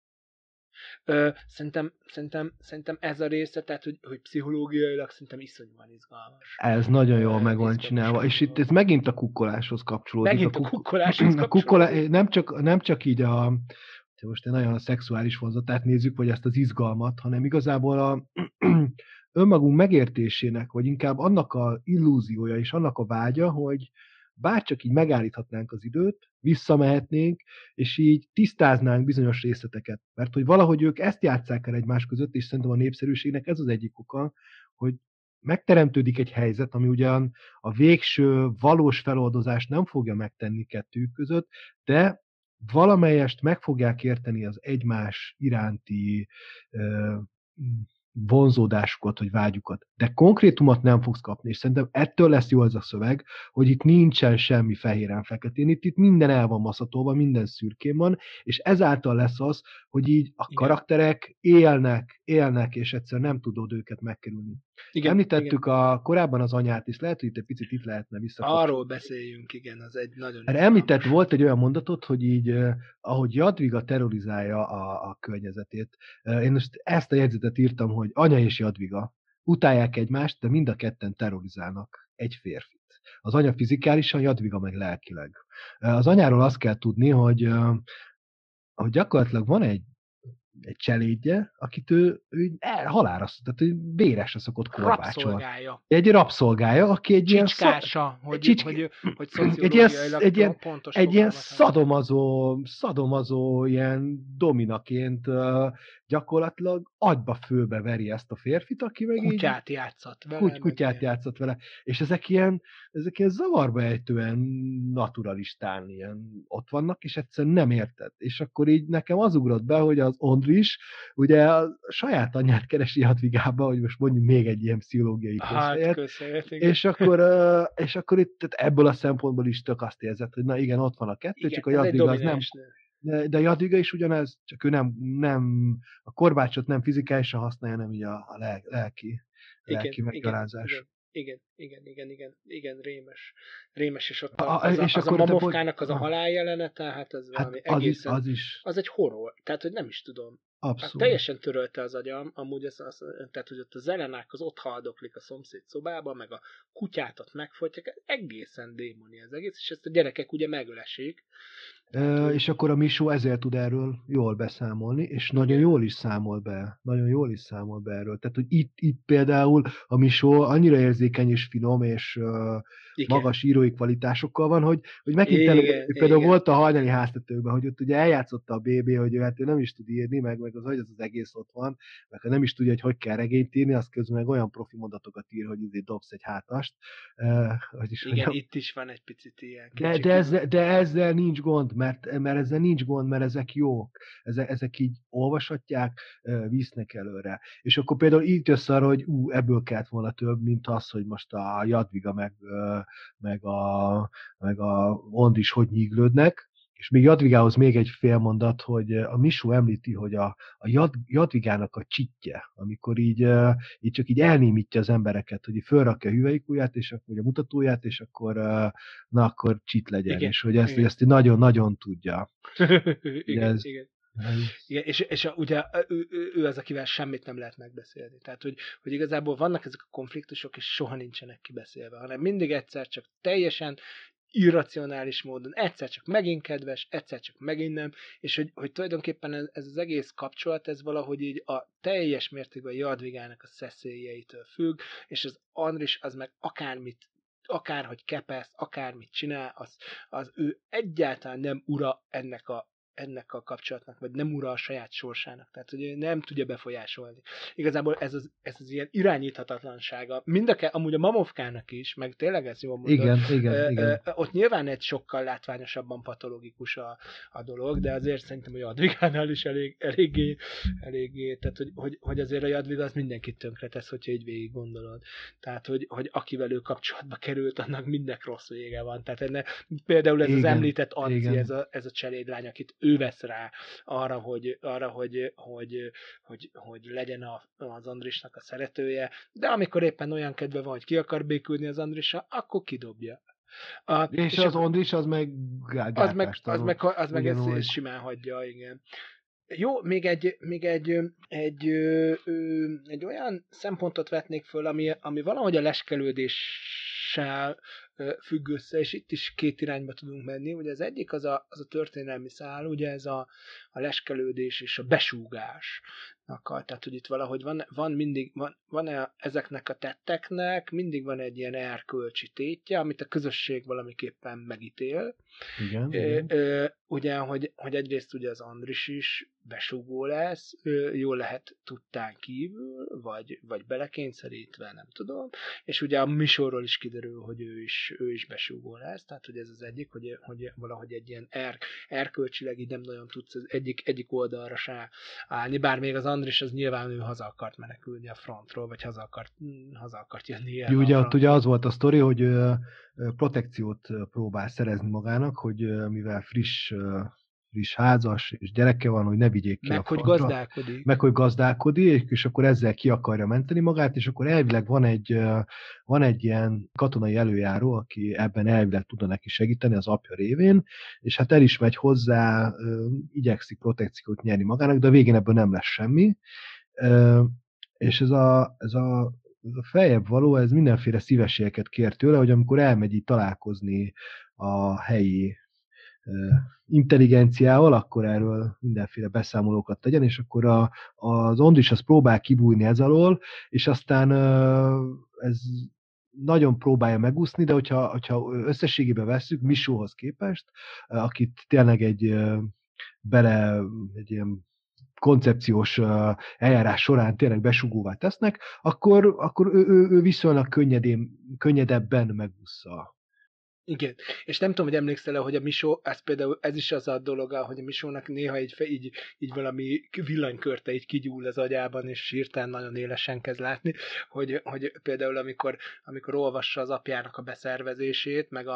Szerintem ez a része, tehát, hogy pszichológiailag szerintem iszonyúan izgalmas. Ez nagyon jól meg van csinálva, és itt ez megint a kukkoláshoz kapcsolódik. Megint a kukkoláshoz kapcsolódik. Nem csak így most egy nagyon a szexuális vonzatát nézzük, vagy ezt az izgalmat, hanem igazából önmagunk megértésének, vagy inkább annak a illúziója és annak a vágya, hogy bárcsak így megállíthatnánk az időt, visszamehetnénk, és így tisztáznánk bizonyos részleteket. Mert hogy valahogy ők ezt játsszák el egymás között, és szerintem a népszerűségnek ez az egyik oka, hogy megteremtődik egy helyzet, ami ugyan a végső valós feloldozást nem fogja megtenni kettőjük között, de valamelyest meg fogják érteni az egymás iránti vonzódásukat, vagy vágyukat. De konkrétumot nem fogsz kapni, és szerintem ettől lesz jó az a szöveg, hogy itt nincsen semmi fehéren-feketén, itt minden el van maszatolva, minden szürkén van, és ezáltal lesz az, hogy így a karakterek élnek, és egyszerűen nem tudod őket megkerülni. Említettük korábban az anyát is, lehet, hogy itt egy picit itt lehetne visszakapcsolni. Arról beszéljünk, igen, az egy nagyon... Említett, volt egy olyan mondatot, hogy így, ahogy Jadwiga terrorizálja a környezetét. Én most ezt a jegyzetet írtam, hogy anya és Jadwiga utálják egymást, de mind a ketten terrorizálnak egy férfit. Az anya fizikálisan, Jadwiga meg lelkileg. Az anyáról azt kell tudni, hogy gyakorlatilag van egy cselédje, akit ő halálra, tehát ő véresre szokott korbácsolni. Rabszolgája. Egy rabszolgája, aki egy ilyen... Csicskása, hogy szociológiailag pontos egy ilyen szadomazó ilyen dominaként gyakorlatilag agyba fölbe veri ezt a férfit, aki meg kutyát játszott vele. És ezek ilyen zavarba ejtően naturalistán ilyen ott vannak, és egyszerűen nem érted. És akkor így nekem az ugrott be, hogy az Ondris ugye a saját anyját keresi Jadwigába, hogy most mondjuk még egy ilyen pszichológiai közhelyet. És akkor itt tehát ebből a szempontból is tök azt érzed, hogy na igen, ott van a kettő, igen, csak a Jadwiga az nem... De a Jadwiga is ugyanez, csak ő nem a korbácsot nem fizikálisan használja, nem így a lelki meggyalázás. Igen, rémes, és ott az a Mamovkának az a haláljelenete, hát ez valami egészen... Az egy horror, tehát hogy nem is tudom. Hát teljesen törölte az agyam, amúgy tehát, hogy ott a Zelenák az ott haldoklik a szomszéd szobába, meg a kutyát ott megfojtják, egészen démoni az egész, és ezt a gyerekek ugye meglesik. És akkor a Misó ezért tud erről jól beszámolni, és nagyon jól is számol be erről. Tehát, hogy itt például a Misó annyira érzékeny és finom, és magas írói kvalitásokkal van, hogy megint például volt a Hajnali háztetőkben, hogy ott ugye eljátszotta a BB, hogy ő nem is tud írni, meg az, hogy az egész ott van, meg nem is tudja, hogy kell regényt írni, az közben meg olyan profi mondatokat ír, hogy izé dobsz egy hátast. Itt is van egy picit ilyen. De ezzel nincs gond, mert ezzel nincs gond, mert ezek jók. Ezek így olvashatják, visznek előre. És akkor például így jössz arra, hogy ebből kellett volna több, mint az, hogy most a Jadwiga meg a Ondris hogy nyíglődnek. És még Jadwigához még egy fél mondat, hogy a Misó említi, hogy a Jadwigának a csitje, amikor így csak így elnémítja az embereket, hogy így fölrakja a hüvelykujját, és akkor a mutatóját, és akkor akkor csit legyen. Igen, és hogy ezt nagyon-nagyon tudja. Igen. És ugye ő az, akivel semmit nem lehet megbeszélni. Tehát, hogy igazából vannak ezek a konfliktusok, és soha nincsenek kibeszélve, hanem mindig egyszer csak teljesen irracionális módon, egyszer csak megint kedves, egyszer csak megint nem, és hogy tulajdonképpen ez az egész kapcsolat, ez valahogy így a teljes mértékben Jadwigának a szeszélyeitől függ, és az Andris az meg akárhogy kepeszt, akármit csinál, az ő egyáltalán nem ura ennek a kapcsolatnak, vagy nem ura a saját sorsának. Tehát, hogy nem tudja befolyásolni. Igazából ez az ilyen irányíthatatlansága. Amúgy a Mamovkának is, meg tényleg ez jól mondod. Igen. Ott nyilván egy sokkal látványosabban patológikus a dolog, de azért szerintem a Jadwigánál is eléggé tehát, hogy azért a Jadwiga az mindenkit tönkretesz, hogyha így végig gondolod. Tehát, hogy akivel ő kapcsolatba került, annak mindenek rossz vége van. Tehát például ez az említett Anci, ez a cselédlány, akit ő vesz rá arra, hogy legyen az Andrisnak a szeretője, de amikor éppen olyan kedve van, hogy ki akar békülni az Andrissal, akkor kidobja. És az Andris az meg az meg ezt simán hagyja, igen. Jó, még egy olyan szempontot vetnék föl, ami valahogy a leskelődéssel függ össze, és itt is két irányba tudunk menni. Ugye az egyik az a történelmi szál, ugye ez a leskelődés és a besúgás. Tehát, hogy itt valahogy van ezeknek a tetteknek, mindig van egy ilyen erkölcsi tétje, amit a közösség valamiképpen megítél. Igen. Ugye, hogy egyrészt ugye az Andris is besúgó lesz, jól lehet tudtán kívül, vagy belekényszerítve, nem tudom. És ugye a Misóról is kiderül, hogy ő is besúgó lesz, tehát hogy ez az egyik, hogy valahogy egy ilyen erkölcsileg így nem nagyon tudsz az egyik oldalra se állni, bár még az Andris az nyilván ő haza akart menekülni a frontról, vagy haza akart jönni Ugye, ott ugye az volt a sztori, hogy protekciót próbál szerezni magának, hogy mivel friss házas és gyereke van, hogy ne vigyék ki meg a hogy frontra. gazdálkodik. Meg hogy gazdálkodik, és akkor ezzel ki akarja menteni magát, és akkor elvileg van egy ilyen katonai előjáró, aki ebben elvileg tudna neki segíteni az apja révén, és hát el is megy hozzá, igyekszik protekciót nyerni magának, de a végén ebből nem lesz semmi. És ez a feljebb való, ez mindenféle szívességeket kér tőle, hogy amikor elmegy így találkozni a helyi intelligenciával, akkor erről mindenféle beszámolókat tegyen, és akkor az Andris az próbál kibújni ez alól, és aztán ez nagyon próbálja megúszni, de hogyha összességében vesszük Misóhoz képest, akit tényleg egy ilyen koncepciós eljárás során tényleg besugóvá tesznek, akkor ő viszonylag könnyedebben megúszza. Igen, és nem tudom, hogy emlékszel-e, hogy a Misó, ez is az a dolog, hogy a Misónak néha így valami villanykörte így kigyúl az agyában, és hirtelen nagyon élesen kezd látni, hogy például amikor olvassa az apjának a beszervezését, meg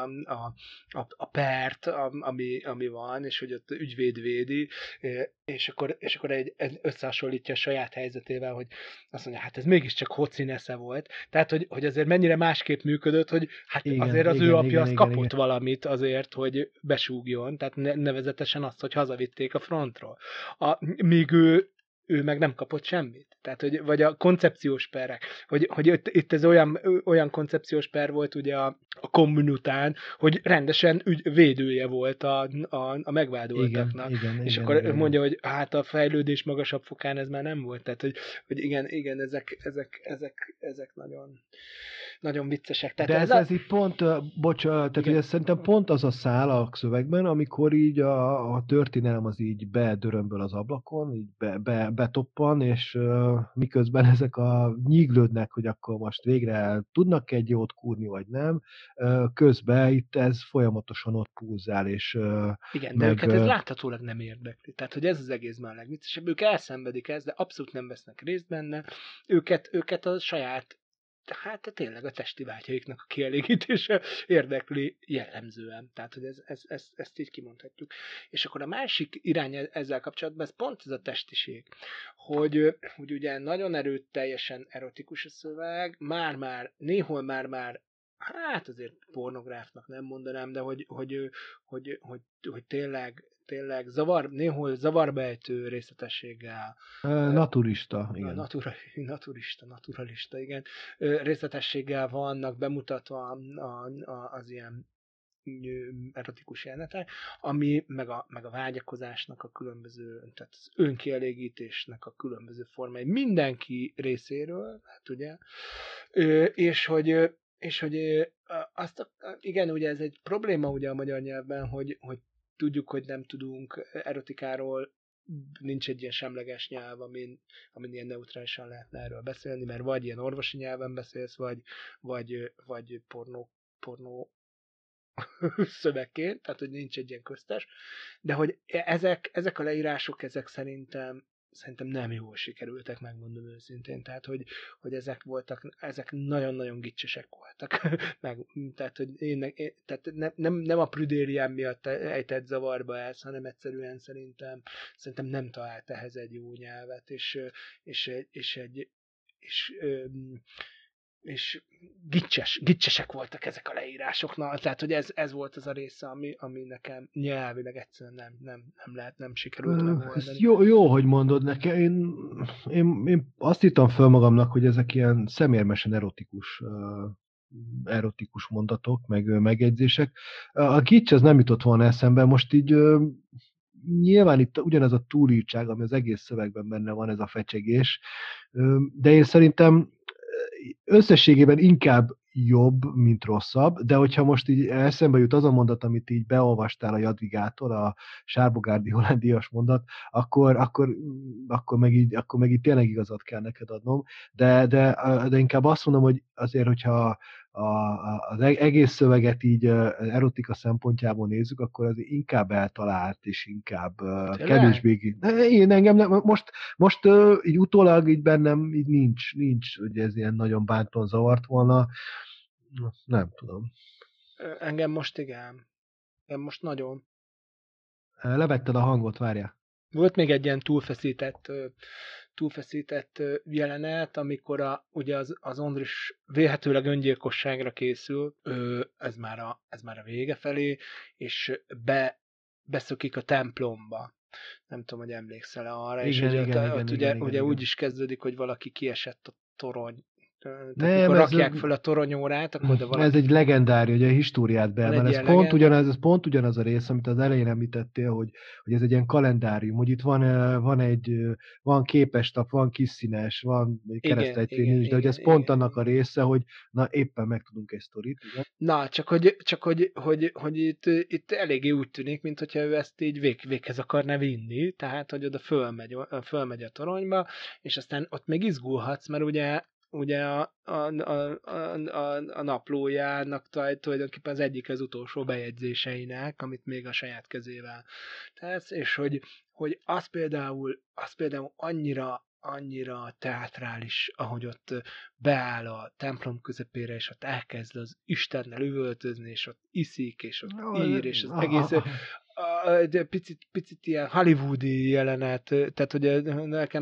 a pert, ami van, és hogy ott ügyvéd védi, és akkor összehasonlítja a saját helyzetével, hogy azt mondja, hát ez mégiscsak Hocin esze volt. Tehát, hogy azért mennyire másképp működött, hogy hát igen, azért az ő apja az kapott igen. valamit azért, hogy besúgjon, tehát nevezetesen azt, hogy hazavitték a frontról. Míg ő meg nem kapott semmit. Tehát, vagy a koncepciós perek, hogy itt ez olyan koncepciós per volt ugye a kommun után, hogy rendesen védője volt a megvádoltaknak. És akkor igen. mondja, hogy hát a fejlődés magasabb fokán ez már nem volt. Tehát, hogy igen, ezek nagyon, nagyon viccesek. Tehát de ez így pont, tehát hogy ez szerintem pont az a szál a szövegben, amikor így a történelem az így bedörömböl az ablakon, így betoppan, és miközben ezek nyíglődnek, hogy akkor most végre tudnak egy jót kúrni, vagy nem, közben itt ez folyamatosan ott pulzál, és igen, de őket ez láthatólag nem érdekli. Tehát, hogy ez az egészben a legviccesebb. Ők elszenvedik ezt, de abszolút nem vesznek részt benne. Őket a saját, hát tényleg a testi vágyaiknak a kielégítése érdekli jellemzően. Tehát, hogy ezt így kimondhatjuk. És akkor a másik irány ezzel kapcsolatban, ez pont ez a testiség, hogy ugye nagyon erőteljesen erotikus a szöveg, néhol már hát azért pornográfnak nem mondanám, de hogy tényleg néhol zavarbejtő részletességgel. Naturista, igen. Naturalista, igen. Részletességgel vannak bemutatva az ilyen erotikus jelenetek, ami meg a vágyakozásnak a különböző, tehát az önkielégítésnek a különböző formái mindenki részéről, hát ugye, és hogy igen, ugye ez egy probléma ugye a magyar nyelvben, hogy tudjuk, hogy nem tudunk erotikáról, nincs egy ilyen semleges nyelv, amin ilyen neutrálisan lehetne erről beszélni, mert vagy ilyen orvosi nyelven beszélsz, vagy pornó szövegként, tehát hogy nincs egy ilyen köztes, de hogy ezek a leírások, ezek szerintem nem jól sikerültek, megmondom őszintén. Tehát, hogy ezek nagyon-nagyon gicsesek voltak. Tehát, hogy tehát nem a prüdérián miatt ejtett zavarba ez, hanem egyszerűen szerintem nem talált ehhez egy jó nyelvet, és gicsesek voltak ezek a leírásoknak, tehát hogy ez volt az a része, ami nekem nyelvileg egyszerűen nem sikerült megoldani. Jó, hogy mondod nekem. Én azt írtam föl magamnak, hogy ezek ilyen szemérmesen erotikus mondatok, meg megjegyzések. A gics az nem jutott volna eszembe, most így nyilván itt ugyanaz a túlírtság, ami az egész szövegben benne van, ez a fecsegés, de én szerintem összességében inkább jobb, mint rosszabb, de hogyha most így eszembe jut az a mondat, amit így beolvastál a Jadvigától, a Sárbogárdi hollandias mondat, akkor meg így tényleg igazat kell neked adnom, de inkább azt mondom, hogy azért, hogyha az egész szöveget így erotika szempontjából nézzük, akkor az inkább eltalált, és inkább kevésbé... Én engem most így utólag így bennem így nincs, hogy ez ilyen nagyon bántóan zavart volna. Nem tudom. Engem most igen. Engem most nagyon. Levetted a hangot, várjál. Volt még egy ilyen túlfeszített jelenet, amikor ugye az Ondris vélhetőleg öngyilkosságra készül, ez már a vége felé, és beszökik a templomba. Nem tudom, hogy emlékszel arra, és ugye úgy is kezdődik, hogy valaki kiesett a torony. Tehát amikor rakják föl a toronyórát, akkor de valaki... Ez egy legendári, ugye a históriát beemel. Ez pont ugyanaz a rész, amit az elején említettél, hogy ez egy ilyen kalendárium, hogy itt van képestap, van kisszínes, van keresztejtvény is, de hogy ez pont annak a része, hogy na éppen megtudunk egy sztorit. Igen? Na, csak hogy itt eléggé úgy tűnik, mint hogyha ő ezt így véghez akarná vinni, tehát hogy oda fölmegy a toronyba, és aztán ott még izgulhatsz, mert ugye a naplójának tulajdonképpen az egyik az utolsó bejegyzéseinek, amit még a saját kezével tesz, és hogy az például annyira teátrális, ahogy ott beáll a templom közepére, és ott elkezd az Istennel üvöltözni, és ott iszik, és ott ír, és az egész picit ilyen hollywoodi jelenet, tehát hogy nekem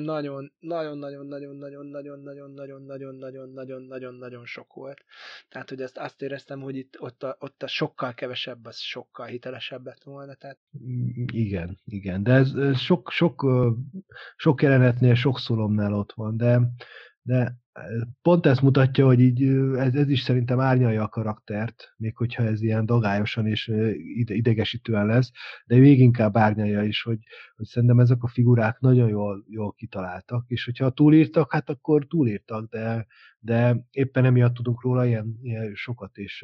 nagyon sok volt. Tehát, hogy azt éreztem, hogy ott a sokkal kevesebb, az sokkal hitelesebb lett volna. Tehát... Igen, de ez sok jelenetnél, sok szólomnál ott van, de pont ezt mutatja, hogy így ez is szerintem árnyalja a karaktert, még hogyha ez ilyen dagályosan és idegesítően lesz, de még inkább árnyalja is, hogy szerintem ezek a figurák nagyon jól kitaláltak, és hogyha túlírtak, hát akkor túlírtak, de éppen emiatt tudunk róla ilyen sokat és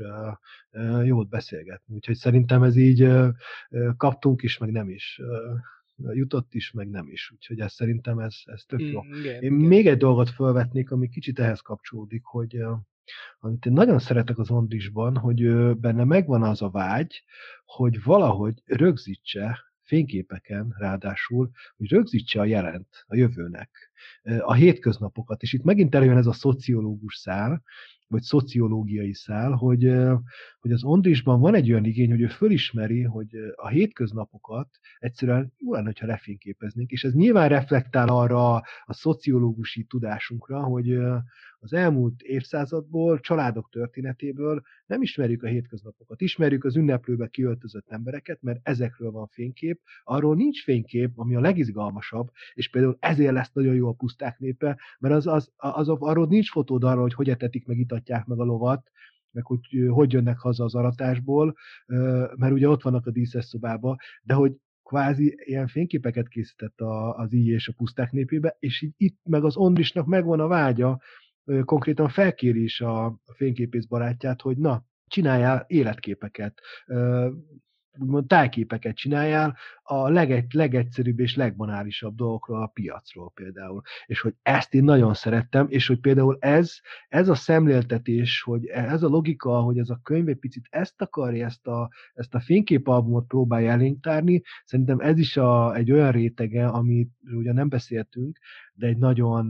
jót beszélgetni. Úgyhogy szerintem ez így kaptunk is, meg nem is. Jutott is, meg nem is. Úgyhogy ez szerintem ez tök jó. Igen. Még egy dolgot felvetnék, ami kicsit ehhez kapcsolódik, hogy amit én nagyon szeretek az Ondrisban, hogy benne megvan az a vágy, hogy valahogy rögzítse fényképeken ráadásul, hogy rögzítse a jelent a jövőnek, a hétköznapokat. És itt megint előjön ez a szociológus szál, vagy szociológiai szál, hogy az Ondrisban van egy olyan igény, hogy ő fölismeri, hogy a hétköznapokat egyszerűen jó lenne, hogyha lefényképeznénk, és ez nyilván reflektál arra a szociológusi tudásunkra, hogy az elmúlt évszázadból, családok történetéből nem ismerjük a hétköznapokat. Ismerjük az ünneplőbe kiöltözött embereket, mert ezekről van fénykép, arról nincs fénykép, ami a legizgalmasabb, és például ezért lesz nagyon jó a Puszták népe, mert arról nincs fotód arról, hogy etetik meg, itatják meg a lovat, meg hogy jönnek haza az aratásból, mert ugye ott vannak a díszes szobába, de hogy kvázi ilyen fényképeket készített az Íj és a Puszták népébe, és így itt meg az Ondrisnak megvan a vágya, konkrétan felkéri is a fényképész barátját, hogy na, csináljál életképeket, úgymond tájképeket csináljál a legegyszerűbb és legbanálisabb dolgokról a piacról például. És hogy ezt én nagyon szerettem, és hogy például ez a szemléltetés, hogy ez a logika, hogy ez a könyv egy picit ezt akarja, ezt a fényképalbumot próbálja elénk tárni, szerintem ez is egy olyan rétege, amit ugye nem beszéltünk, de egy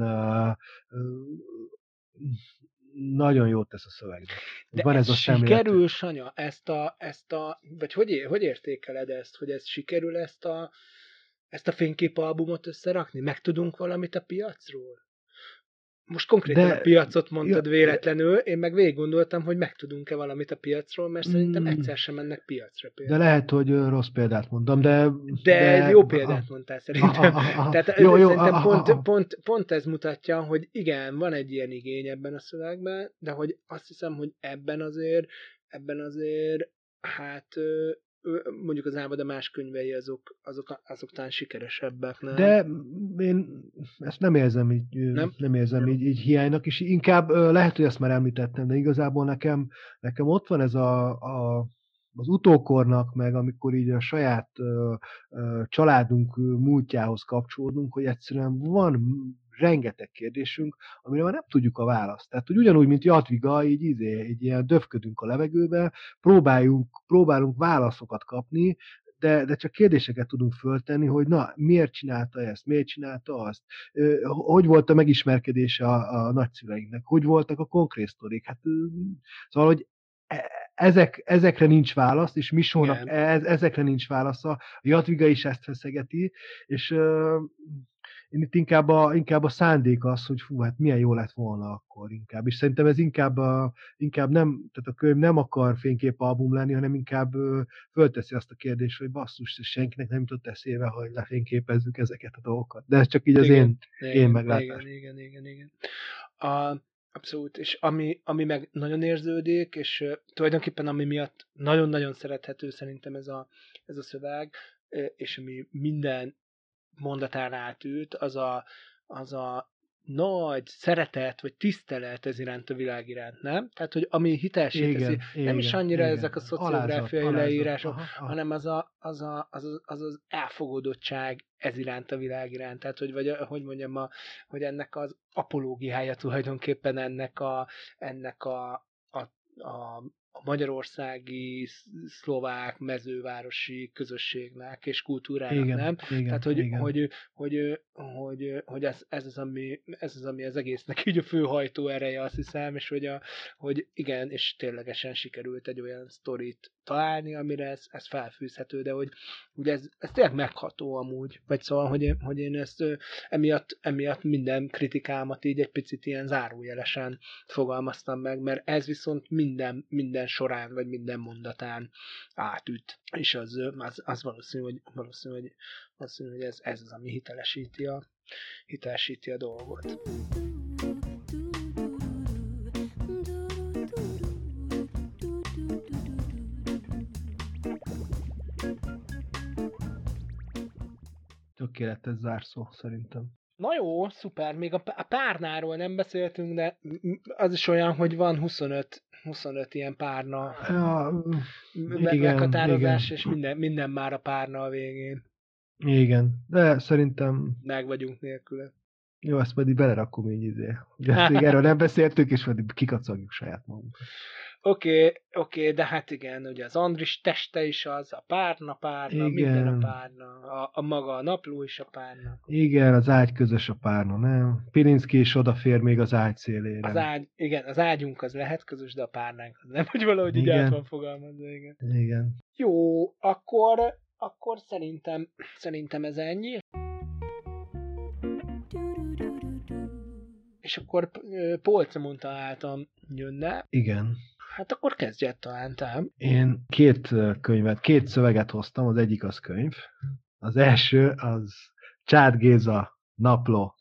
nagyon jót tesz a szövegnek. De van ez a sikerül, Sanya, ezt a vagy hogy értékeled ezt, hogy ez sikerül ezt a fényképalbumot összerakni? Megtudunk valamit a piacról? Most konkrétan a piacot mondtad véletlenül, én meg végig gondoltam, hogy megtudunk-e valamit a piacról, mert szerintem egyszer sem mennek piacra például. De lehet, hogy rossz példát mondtam, de jó példát mondtál szerintem. Tehát szerintem pont ez mutatja, hogy igen, van egy ilyen igény ebben a szövegben, de hogy azt hiszem, hogy ebben azért hát mondjuk az Ávada más könyvei azok talán sikeresebbek, nem? De én ezt nem érzem így hiánynak, és inkább lehet, hogy ezt már említettem, de igazából nekem ott van ez az utókornak, meg amikor így a saját családunk múltjához kapcsolódunk, hogy egyszerűen van rengeteg kérdésünk, amire már nem tudjuk a választ. Tehát, hogy ugyanúgy, mint Jadwiga, így ilyen döfködünk a levegőbe, próbálunk válaszokat kapni, de csak kérdéseket tudunk föltenni, hogy na, miért csinálta ezt, miért csinálta azt, hogy volt a megismerkedése a nagyszüleinknek, hogy voltak a konkrét sztorik. Hát, szóval, hogy ezekre nincs válasz, és Misónak ezekre nincs válasza. A Jadwiga is ezt feszegeti, és én itt inkább a szándék az, hogy fú, hát milyen jó lett volna akkor inkább. És szerintem ez inkább nem, tehát a könyv nem akar fényképalbum lenni, hanem inkább fölteszi azt a kérdést, hogy basszus, senkinek nem jutott eszébe, hogy lefényképezzük ezeket a dolgokat. De ez csak így az én meglátás. Igen. Abszolút, és ami meg nagyon érződik, és tulajdonképpen ami miatt nagyon-nagyon szerethető szerintem ez a szöveg, és ami minden mondatán átült, az a nagy szeretet, vagy tisztelet ez iránt a világ iránt, nem? Tehát, hogy ami hitelesé teszi, nem is annyira ezek a szociográfiai leírások, hanem az elfogadottság ez iránt a világ iránt. Tehát, hogy mondjam, hogy ennek az apológiája tulajdonképpen ennek a magyarországi, szlovák, mezővárosi közösségnek és kultúrának, nem? Tehát, hogy ez az, ami az egésznek így a főhajtó ereje, azt hiszem, és hogy igen, és ténylegesen sikerült egy olyan sztorit találni, amire ez felfűzhető, de hogy ez tényleg megható amúgy, vagy szóval, hogy én ezt emiatt minden kritikámat így egy picit ilyen zárójelesen fogalmaztam meg, mert ez viszont minden során, vagy minden mondatán átüt, és az valószínű, hogy ez az, ami hitelesíti a dolgot. Tökéletes zárszó, szerintem. Na jó, szuper, még a párnáról nem beszéltünk, de az is olyan, hogy van 25 ilyen párna meghatározás, és minden már a párna a végén. Igen, de szerintem... Meg vagyunk nélküle. Jó, ezt pedig belerakom így Ugye ezt még erről nem beszéltünk, és majd kikacagjuk saját magunkat. Oké, de hát igen, ugye az Andris teste is az, a párna, igen. Minden a párna, a maga a napló is a párna. Igen, az ágy közös a párna, nem? Pilinszki is odafér még az ágy szélére. Az ágyunk az lehet közös, de a párnánk az nem, hogy valahogy így át van fogalmazva, igen. Jó, akkor szerintem ez ennyi. És akkor polca mondta által jönne. Igen. Hát akkor kezdjed talán, te. Én két szöveget hoztam, az egyik az könyv. Az első az Csád Géza napló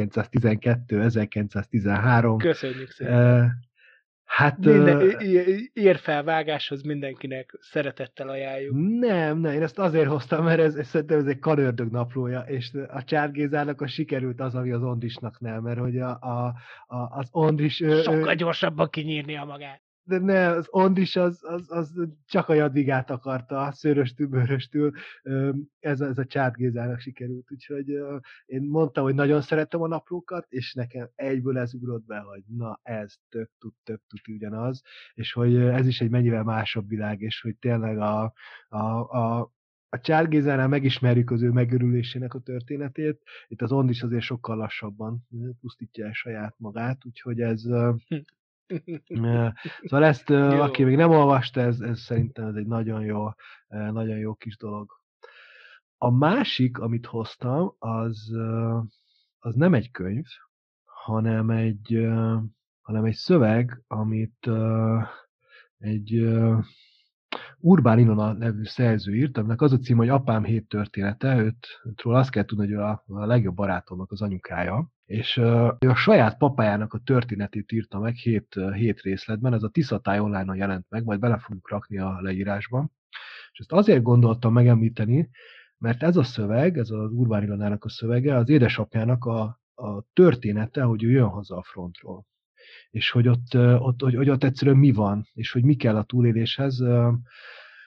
1912-1913. Köszönjük szépen. Hát... Érfelvágáshoz mindenkinek szeretettel ajánljuk. Nem, én ezt azért hoztam, mert szerintem ez egy kanördög naplója, és a Csád Gézának sikerült az, ami az Ondrisnak nem, mert hogy az Ondris... Sokkal gyorsabban kinyírnia magát. De ne, az Ondris az csak a Jadwigát akarta, szőröstül, bőröstül, ez a Csád Gézának sikerült, úgyhogy én mondtam, hogy nagyon szeretem a naplókat, és nekem egyből ez ugrott be, hogy na ez tök tuti ugyanaz, és hogy ez is egy mennyivel másabb világ, és hogy tényleg a Csád Gézánál megismerjük az ő megörülésének a történetét, itt az Ondris azért sokkal lassabban pusztítja el saját magát, úgyhogy ez... Szóval ezt, aki még nem olvasta, ez szerintem ez egy nagyon jó kis dolog. A másik, amit hoztam, az nem egy könyv, hanem egy szöveg, amit egy Urbán Ilona nevű szerző írt, aminek az a cím, hogy Apám 7 története, őtről azt kell tudni, hogy a legjobb barátomnak az anyukája, és ő a saját papájának a történetét írta meg 7 részletben, ez a Tiszatáj online-on jelent meg, majd bele fogjuk rakni a leírásba. És ezt azért gondoltam megemlíteni, mert ez a szöveg, ez az Urbán Ilonának a szövege, az édesapjának a története, hogy ő jön haza a frontról. És hogy ott egyszerűen mi van, és hogy mi kell a túléléshez.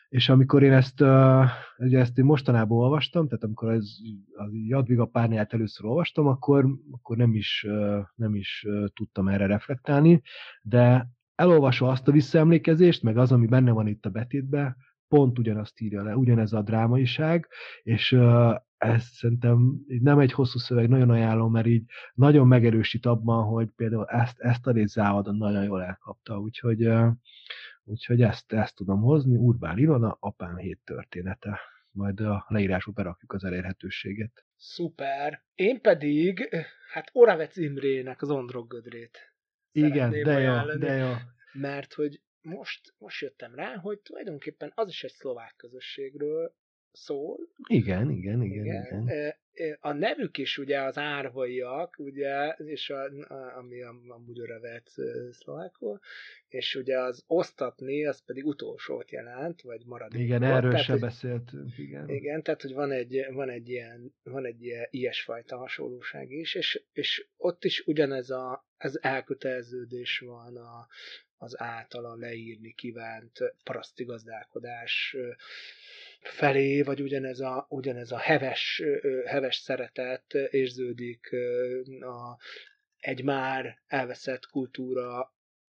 És amikor én ugye ezt én mostanában olvastam, tehát amikor a Jadwiga Párnáját először olvastam, akkor nem is tudtam erre reflektálni, de elolvasva azt a visszaemlékezést, meg az, ami benne van itt a betétben, pont ugyanazt írja le, ugyanez a drámaiság, és ez szerintem nem egy hosszú szöveg, nagyon ajánlom, mert így nagyon megerősít abban, hogy például ezt a részt Závada nagyon jól elkapta, úgyhogy ezt tudom hozni. Urbán Ilona, Apám 7 története. Majd a leírásba berakjuk az elérhetőséget. Szuper. Én pedig, hát Oravec Imrének az Ondrok Gödrét Igen, ajánlani, de jó. Mert hogy most jöttem rá, hogy tulajdonképpen az is egy szlovák közösségről szól. Igen. A nevük is ugye az árvaiak, ugye, és ami amúgy Oravec szlovákul, és ugye az osztatni, az pedig utolsót jelent, vagy maradékot. Igen, erről se beszéltünk, igen. Igen, tehát, hogy van egy ilyen ilyesfajta hasonlóság is, és ott is ugyanez ez elköteleződés van az általa leírni kívánt paraszti gazdálkodás felé, vagy ugyanez a heves szeretet érződik egy már elveszett kultúra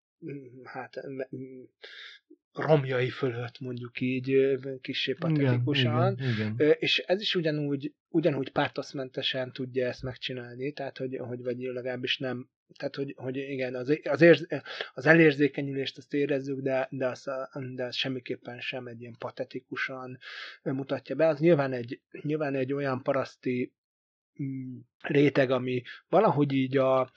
romjai fölött, mondjuk így, kissé patetikusan. Igen. És ez is ugyanúgy pártoszmentesen tudja ezt megcsinálni, tehát, hogy vagy legalábbis nem, tehát, hogy igen, az elérzékenyülést azt érezzük, de az semmiképpen sem egy ilyen patetikusan mutatja be. Az nyilván egy olyan paraszti réteg, ami valahogy így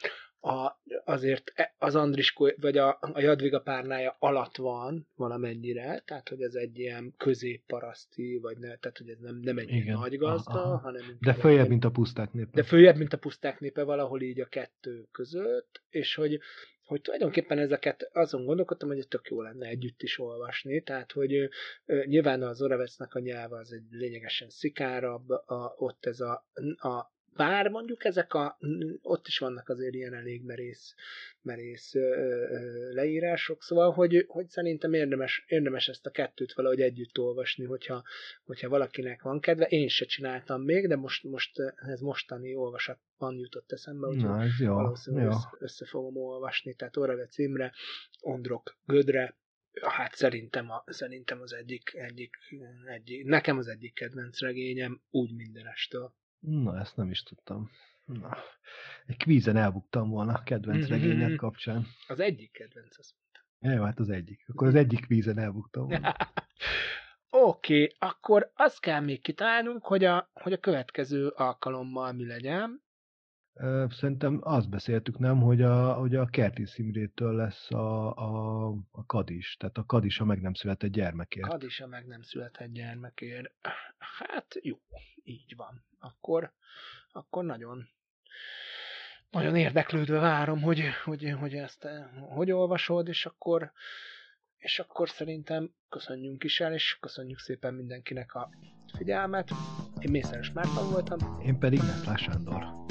azért az Andriskó, vagy a Jadwiga Párnája alatt van valamennyire, tehát hogy ez egy ilyen középparaszti, vagy tehát hogy ez nem egy ilyen nagy gazda, hanem... De följebb, mint a puszták népe. De följebb, mint a puszták népe, valahol így a kettő között, és hogy tulajdonképpen ezeket azon gondolkodtam, hogy tök jó lenne együtt is olvasni, tehát hogy nyilván az Oravecnek a nyelve az egy lényegesen szikárabb, ott ez bár mondjuk ott is vannak azért ilyen elég merész leírások, szóval, hogy szerintem érdemes ezt a kettőt valahogy együtt olvasni, hogyha valakinek van kedve. Én se csináltam még, de most ez mostani olvasatban jutott eszembe, úgyhogy valószínűleg össze fogom olvasni, tehát Oravec Imre, Ondrok Gödre, hát szerintem az egyik nekem az egyik kedvenc regényem, úgy mindenestől. Na, ezt nem is tudtam. Na, egy kvízen elbuktam volna a kedvenc regények kapcsán. Az egyik kedvenc, azt mondtam. Jó, hát az egyik. Akkor az egyik kvízen elbuktam volna. Oké, akkor azt kell még kitalálnunk, hogy a következő alkalommal mi legyen. Szerintem azt beszéltük, nem, hogy a Kertész Imrétől lesz a Kadis. Tehát a Kadis a meg nem született gyermekért. Kadis a meg nem született gyermekért. Hát jó, így van. Akkor nagyon érdeklődve várom, hogy ezt hogy olvasod, és akkor szerintem köszönjünk is el, és köszönjük szépen mindenkinek a figyelmet. Én Mészáros Márton voltam. Én pedig Neszlás Sándor.